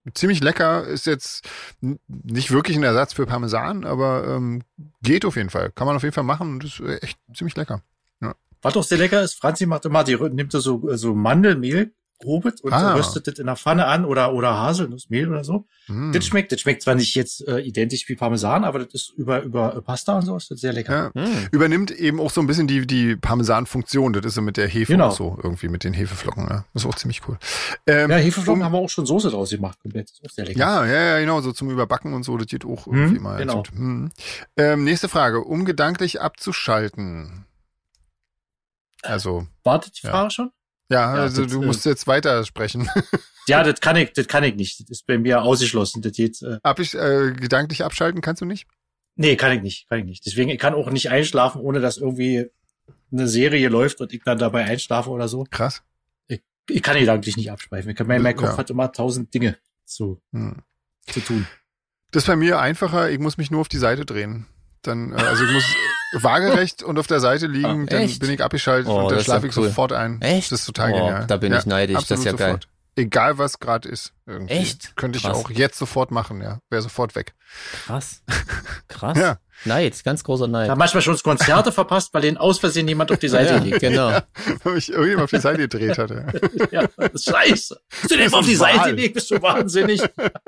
ziemlich lecker, ist jetzt nicht wirklich ein Ersatz für Parmesan, aber geht auf jeden Fall. Kann man auf jeden Fall machen und ist echt ziemlich lecker. Ja. Was doch sehr lecker ist, Franzi macht immer, die nimmt so Mandelmehl, grobet und röstet das in der Pfanne an oder Haselnussmehl oder so. Das schmeckt zwar nicht jetzt identisch wie Parmesan, aber das ist über Pasta und so ist das sehr lecker. Ja. Übernimmt eben auch so ein bisschen die Parmesan-Funktion. Das ist so mit der Hefe und so irgendwie mit den Hefeflocken. Ja. Das ist auch ziemlich cool. Hefeflocken haben wir auch schon Soße draus gemacht komplett. Das ist auch sehr lecker. Ja, genau, so zum Überbacken und so. Das geht auch irgendwie mal. Genau. Nächste Frage. Um gedanklich abzuschalten. Also. Wartet die Frage schon? Ja, also du musst jetzt weiter sprechen. Ja, das kann ich nicht. Das ist bei mir ausgeschlossen. Das geht. Gedanklich abschalten kannst du nicht? Nee, kann ich nicht. Deswegen, ich kann auch nicht einschlafen, ohne dass irgendwie eine Serie läuft und ich dann dabei einschlafe oder so. Krass. Ich kann gedanklich nicht abschweifen. Mein Kopf hat immer 1000 Dinge zu tun. Das ist bei mir einfacher. Ich muss mich nur auf die Seite drehen. Dann, also ich muss waagerecht und auf der Seite liegen, dann bin ich abgeschaltet und dann schlafe ich sofort ein. Echt? Das ist total genial. Da bin ich neidisch, das ist ja sofort. Geil. Egal was gerade ist. Irgendwie. Echt? Könnte ich auch jetzt sofort machen, ja. Wäre sofort weg. Krass. Ja. Neid, ganz großer Neid. Ich habe manchmal schon Konzerte verpasst, weil denen aus Versehen jemand auf die Seite liegt. Genau. Ja, weil mich irgendjemand auf die Seite gedreht hatte. Ja, das ist scheiße. Hast du den auf die Seite gelegt? Bist du wahnsinnig?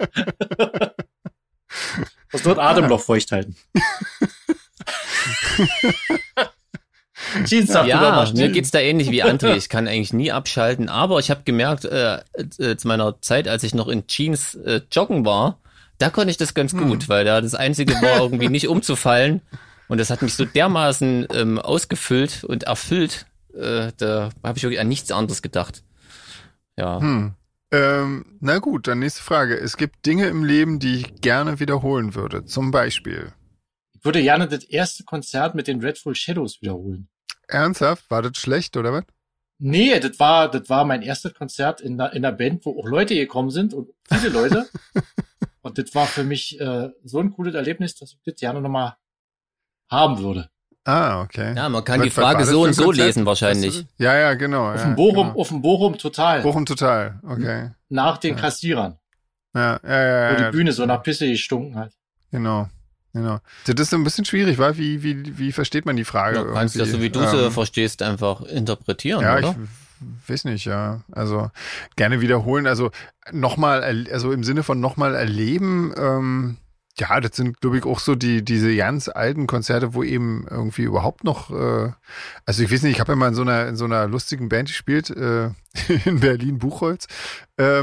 Muss dort Atemloch feucht halten. Mir geht's da ähnlich wie André. Ich kann eigentlich nie abschalten, aber ich habe gemerkt, zu meiner Zeit, als ich noch in Jeans joggen war, da konnte ich das ganz gut, weil da das Einzige war, irgendwie nicht umzufallen. Und das hat mich so dermaßen ausgefüllt und erfüllt, da habe ich wirklich an nichts anderes gedacht. Ja. Na gut, dann nächste Frage. Es gibt Dinge im Leben, die ich gerne wiederholen würde. Zum Beispiel. Ich würde gerne das erste Konzert mit den Dreadful Shadows wiederholen. Ernsthaft? War das schlecht, oder was? Nee, das war mein erstes Konzert in der Band, wo auch Leute gekommen sind und viele Leute. Und das war für mich so ein cooles Erlebnis, dass ich das gerne nochmal haben würde. Ah, okay. Ja, man kann die Frage so und so lesen wahrscheinlich. Ja, genau. Auf dem Bochum total. Bochum total, okay. Nach den Kassierern. Ja. Wo die Bühne so nach Pisse gestunken hat. Genau. Das ist so ein bisschen schwierig, wa? Wie versteht man die Frage? Du kannst das, so wie du sie verstehst, einfach interpretieren, oder? Ja, ich weiß nicht, ja. Also gerne wiederholen, also im Sinne von nochmal erleben, ja, das sind, glaube ich, auch so diese ganz alten Konzerte, wo eben irgendwie überhaupt noch, also ich weiß nicht, ich habe ja mal in so einer lustigen Band gespielt, in Berlin, Buchholz. Da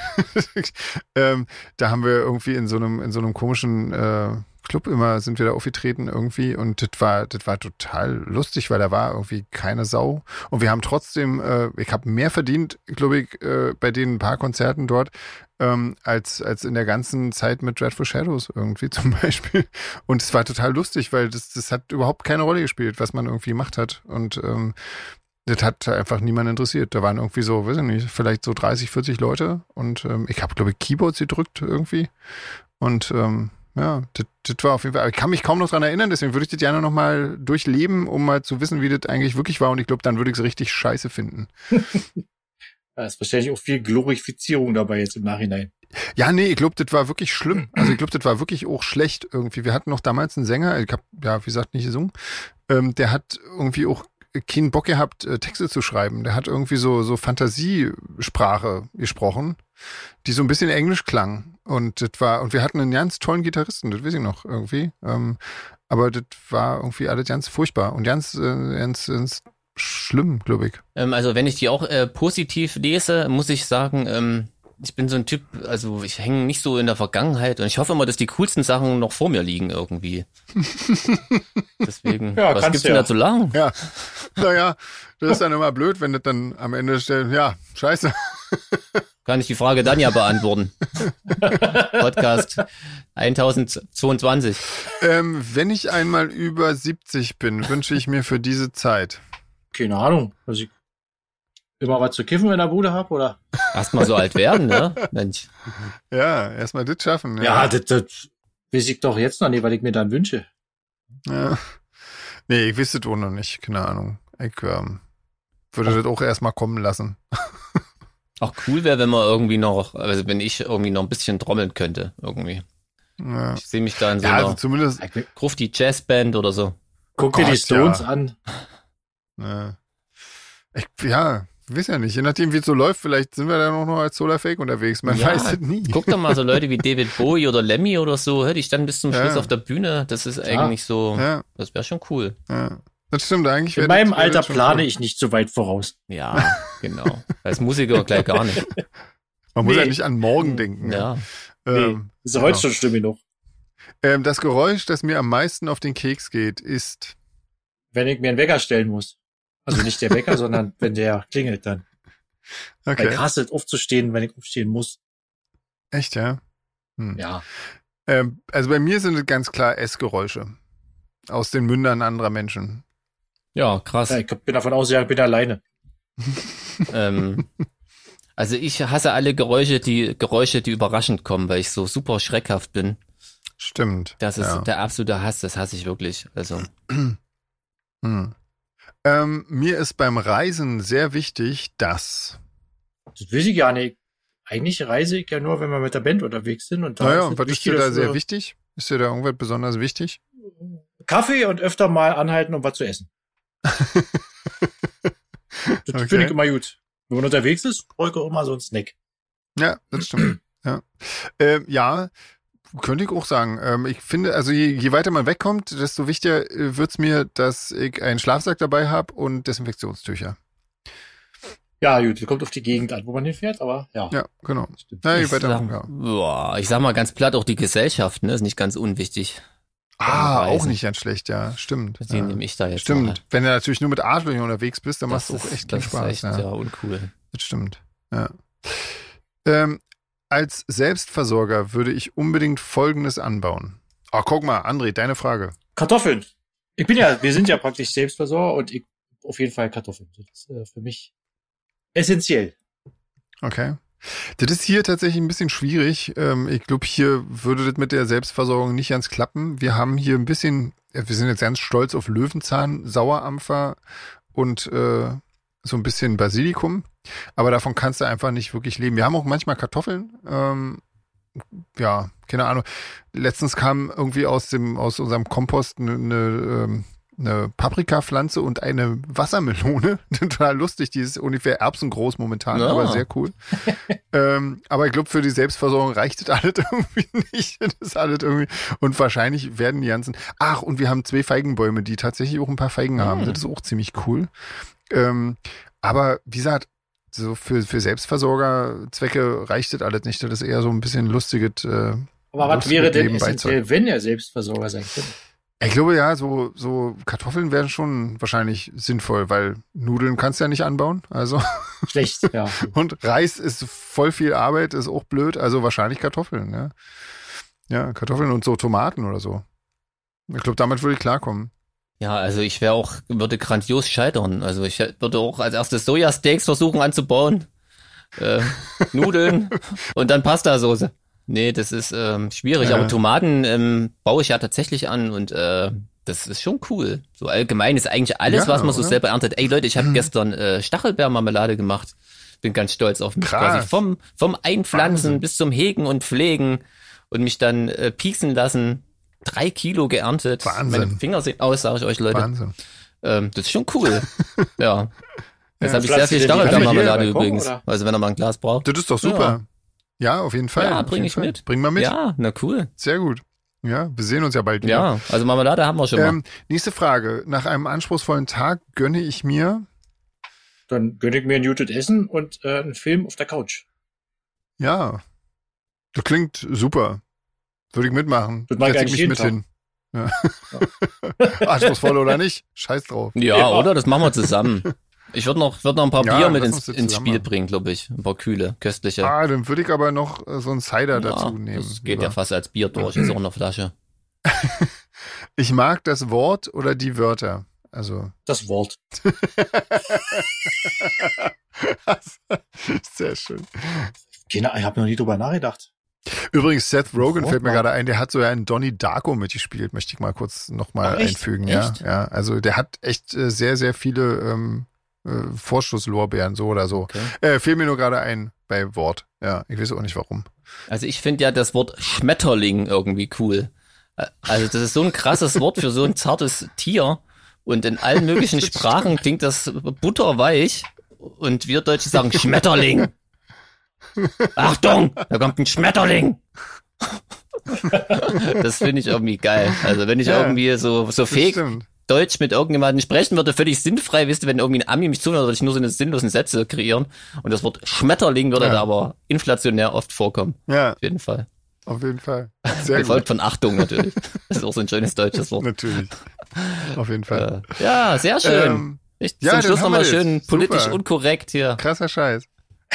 haben wir irgendwie in so einem komischen Club immer sind wir da aufgetreten irgendwie und das war total lustig, weil da war irgendwie keine Sau und wir haben trotzdem, ich habe mehr verdient, glaube ich, bei den paar Konzerten dort, als in der ganzen Zeit mit Dreadful Shadows irgendwie zum Beispiel. Und es war total lustig, weil das hat überhaupt keine Rolle gespielt, was man irgendwie gemacht hat und das hat einfach niemand interessiert. Da waren irgendwie so, weiß ich nicht, vielleicht so 30, 40 Leute und ich habe, glaube ich, Keyboards gedrückt irgendwie und ja, das war auf jeden Fall, ich kann mich kaum noch dran erinnern, deswegen würde ich das gerne nochmal durchleben, um mal zu wissen, wie das eigentlich wirklich war und ich glaube, dann würde ich es richtig scheiße finden. Da ist wahrscheinlich auch viel Glorifizierung dabei jetzt im Nachhinein. Ja, nee, ich glaube, das war wirklich schlimm. Also ich glaube, das war wirklich auch schlecht irgendwie. Wir hatten noch damals einen Sänger, ich habe ja, wie gesagt, nicht gesungen, der hat irgendwie auch keinen Bock gehabt, Texte zu schreiben. Der hat irgendwie so Fantasiesprache gesprochen, die so ein bisschen Englisch klang. Und wir hatten einen ganz tollen Gitarristen, das weiß ich noch irgendwie. Aber das war irgendwie alles ganz furchtbar und ganz schlimm, glaube ich. Also wenn ich die auch positiv lese, muss ich sagen, ich bin so ein Typ, also ich hänge nicht so in der Vergangenheit und ich hoffe immer, dass die coolsten Sachen noch vor mir liegen irgendwie. Deswegen, ja, was gibt's denn da zu lachen? Ja, naja, das ist dann immer blöd, wenn das dann am Ende stellt, ja, scheiße. Kann ich die Frage dann ja beantworten. Podcast 1022. Wenn ich einmal über 70 bin, wünsche ich mir für diese Zeit. Keine Ahnung. Also ich immer was zu kiffen in der Bude habe, oder? Erstmal so alt werden, ne? Mensch. Ja, erstmal das schaffen. Ja, das weiß ich doch jetzt noch nicht, weil ich mir dann wünsche. Ja. Nee, ich wüsste das auch noch nicht. Keine Ahnung. Ich würde das auch erstmal kommen lassen. Auch cool wäre, wenn man irgendwie noch, also wenn ich irgendwie noch ein bisschen trommeln könnte, irgendwie. Ja. Ich sehe mich da in so einer zumindest Grufti Jazzband oder so. Guck dir die Stones an. Ja. Ich weiß ja nicht. Je nachdem, wie es so läuft, vielleicht sind wir dann auch noch als Solarfake unterwegs. Man weiß es nie. Guck doch mal so Leute wie David Bowie oder Lemmy oder so, die standen bis zum Schluss auf der Bühne. Das ist eigentlich so, das wäre schon cool. Ja. Das stimmt eigentlich. In meinem Alter plane ich nicht so weit voraus. Ja, genau. Als Musiker gleich gar nicht. Man muss ja nicht an morgen denken. Ja. Ist heute schon stimmig noch. Das Geräusch, das mir am meisten auf den Keks geht, ist... Wenn ich mir einen Wecker stellen muss. Also nicht der Wecker, sondern wenn der klingelt dann. Okay. Weil ich hasse es aufzustehen, wenn ich aufstehen muss. Echt, ja? Ja. Also bei mir sind es ganz klar Essgeräusche. Aus den Mündern anderer Menschen. Ja, krass. Ja, ich bin davon aus, ich bin alleine. Also ich hasse alle Geräusche, die überraschend kommen, weil ich so super schreckhaft bin. Stimmt. Das ist der absolute Hass, das hasse ich wirklich. Also. Mir ist beim Reisen sehr wichtig, dass... Das weiß ich gar nicht. Eigentlich reise ich ja nur, wenn wir mit der Band unterwegs sind. Und da und was ist dir da sehr wichtig? Ist dir da irgendwas besonders wichtig? Kaffee und öfter mal anhalten, um was zu essen. Das finde ich immer gut. Wenn man unterwegs ist, brauche ich auch immer so einen Snack. Ja, das stimmt. Ja, könnte ich auch sagen. Ich finde, also je weiter man wegkommt, desto wichtiger wird's mir, dass ich einen Schlafsack dabei habe und Desinfektionstücher. Ja, gut, das kommt auf die Gegend an, wo man hinfährt, aber ja. Ja, genau. Ich sag mal ganz platt, auch die Gesellschaft, ne, ist nicht ganz unwichtig. Auch nicht ganz schlecht, ja, stimmt. Den nehme ich da jetzt. Stimmt. Mal. Wenn du natürlich nur mit Arschlöchern unterwegs bist, dann machst du auch echt keinen Spaß. Das ist echt uncool. Das stimmt, ja. Als Selbstversorger würde ich unbedingt Folgendes anbauen. Guck mal, André, deine Frage. Kartoffeln. Wir sind ja praktisch Selbstversorger und ich auf jeden Fall Kartoffeln. Das ist für mich essentiell. Okay. Das ist hier tatsächlich ein bisschen schwierig. Ich glaube, hier würde das mit der Selbstversorgung nicht ganz klappen. Wir haben hier wir sind jetzt ganz stolz auf Löwenzahn, Sauerampfer und so ein bisschen Basilikum. Aber davon kannst du einfach nicht wirklich leben. Wir haben auch manchmal Kartoffeln. Keine Ahnung. Letztens kam irgendwie aus unserem Kompost eine Paprikapflanze und eine Wassermelone. Total lustig, die ist ungefähr erbsengroß momentan, aber sehr cool. Aber ich glaube, für die Selbstversorgung reicht das alles irgendwie nicht. Das ist alles irgendwie. Und wahrscheinlich werden die ganzen. Und wir haben 2 Feigenbäume, die tatsächlich auch ein paar Feigen haben. Das ist auch ziemlich cool. Aber wie gesagt, so für Selbstversorgerzwecke reicht das alles nicht. Das ist eher so ein bisschen lustiges. Aber was wäre denn essentiell, wenn er Selbstversorger sein könnte? Ich glaube ja, so Kartoffeln wären schon wahrscheinlich sinnvoll, weil Nudeln kannst du ja nicht anbauen, also. Schlecht, ja. Und Reis ist voll viel Arbeit, ist auch blöd, also wahrscheinlich Kartoffeln, ja. Ja, Kartoffeln und so Tomaten oder so. Ich glaube, damit würde ich klarkommen. Ja, also ich würde grandios scheitern. Also ich würde auch als erstes Sojasteaks versuchen anzubauen, Nudeln und dann Pastasoße. Nee, das ist schwierig, aber Tomaten baue ich ja tatsächlich an und das ist schon cool. So allgemein ist eigentlich alles, was man so selber erntet. Ey Leute, ich habe gestern Stachelbeermarmelade gemacht. Bin ganz stolz auf mich. Quasi vom Einpflanzen bis zum Hegen und Pflegen und mich dann pieksen lassen. 3 Kilo geerntet. Wahnsinn. Meine Finger sehen aus, sage ich euch, Leute. Wahnsinn. Das ist schon cool. Ja. Jetzt habe ich sehr viel Stachelbeermarmelade übrigens. Oder? Also wenn er mal ein Glas braucht. Das ist doch super. Ja, auf jeden Fall. Ja, bring ich mit. Bring mal mit. Ja, na cool. Sehr gut. Ja, wir sehen uns ja bald wieder. Ja, also Marmelade haben wir schon mal. Nächste Frage. Nach einem anspruchsvollen Tag gönne ich mir... Dann gönne ich mir ein gutes Essen und einen Film auf der Couch. Ja. Das klingt super. Würde ich mitmachen. Das mag ich mit hin. Ja. Anspruchsvoll oder nicht? Scheiß drauf. Ja, oder? Das machen wir zusammen. Ich würde noch ein paar Bier mit ins Spiel bringen, glaube ich. Ein paar kühle, köstliche. Dann würde ich aber noch so einen Cider dazu nehmen. Das geht ja fast als Bier durch, ist auch in der Flasche. Ich mag das Wort oder die Wörter. Also. Das Wort. Sehr schön. Ich habe noch nie drüber nachgedacht. Übrigens, Seth Rogen fällt mir gerade ein, der hat so einen Donnie Darko mitgespielt, möchte ich mal kurz nochmal einfügen. Echt? Ja. Also der hat echt sehr, sehr viele Vorschusslorbeeren, so oder so. Okay. Fiel mir nur gerade ein bei Wort. Ja, ich weiß auch nicht warum. Also ich finde ja das Wort Schmetterling irgendwie cool. Also das ist so ein krasses Wort für so ein zartes Tier und in allen möglichen Sprachen klingt das butterweich und wir Deutsche sagen Schmetterling. Achtung, da kommt ein Schmetterling. Das finde ich irgendwie geil. Also wenn ich irgendwie so fähig Deutsch mit irgendjemandem sprechen würde, völlig sinnfrei, wisst ihr, wenn irgendwie ein Ami mich zuhört, würde ich nur so eine sinnlosen Sätze kreieren und das Wort Schmetterling würde da aber inflationär oft vorkommen. Ja. Auf jeden Fall. Auf jeden Fall. Sehr gefolgt von Achtung natürlich. Das ist auch so ein schönes deutsches Wort. Natürlich. Auf jeden Fall. Ja, sehr schön. Zum Schluss nochmal schön politisch unkorrekt hier. Krasser Scheiß.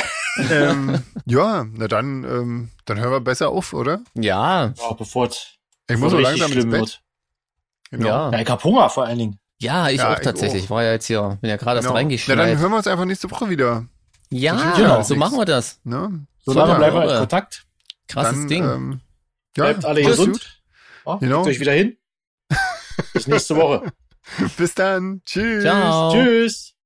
Ja, na dann hören wir besser auf, oder? Ja. Bevor ich muss so langsam ins Bett. Wird. Genau. Ja, ich hab Hunger vor allen Dingen. Ja, ich auch tatsächlich. Ich war ja jetzt hier, bin ja gerade erst reingeschneit. Na dann hören wir uns einfach nächste Woche wieder. Ja, so machen wir das. Ne? So lange bleiben wir in Kontakt. Krasses Ding. Bleibt alle gesund. Legt euch wieder hin. Bis nächste Woche. Bis dann. Tschüss. Ciao. Tschüss.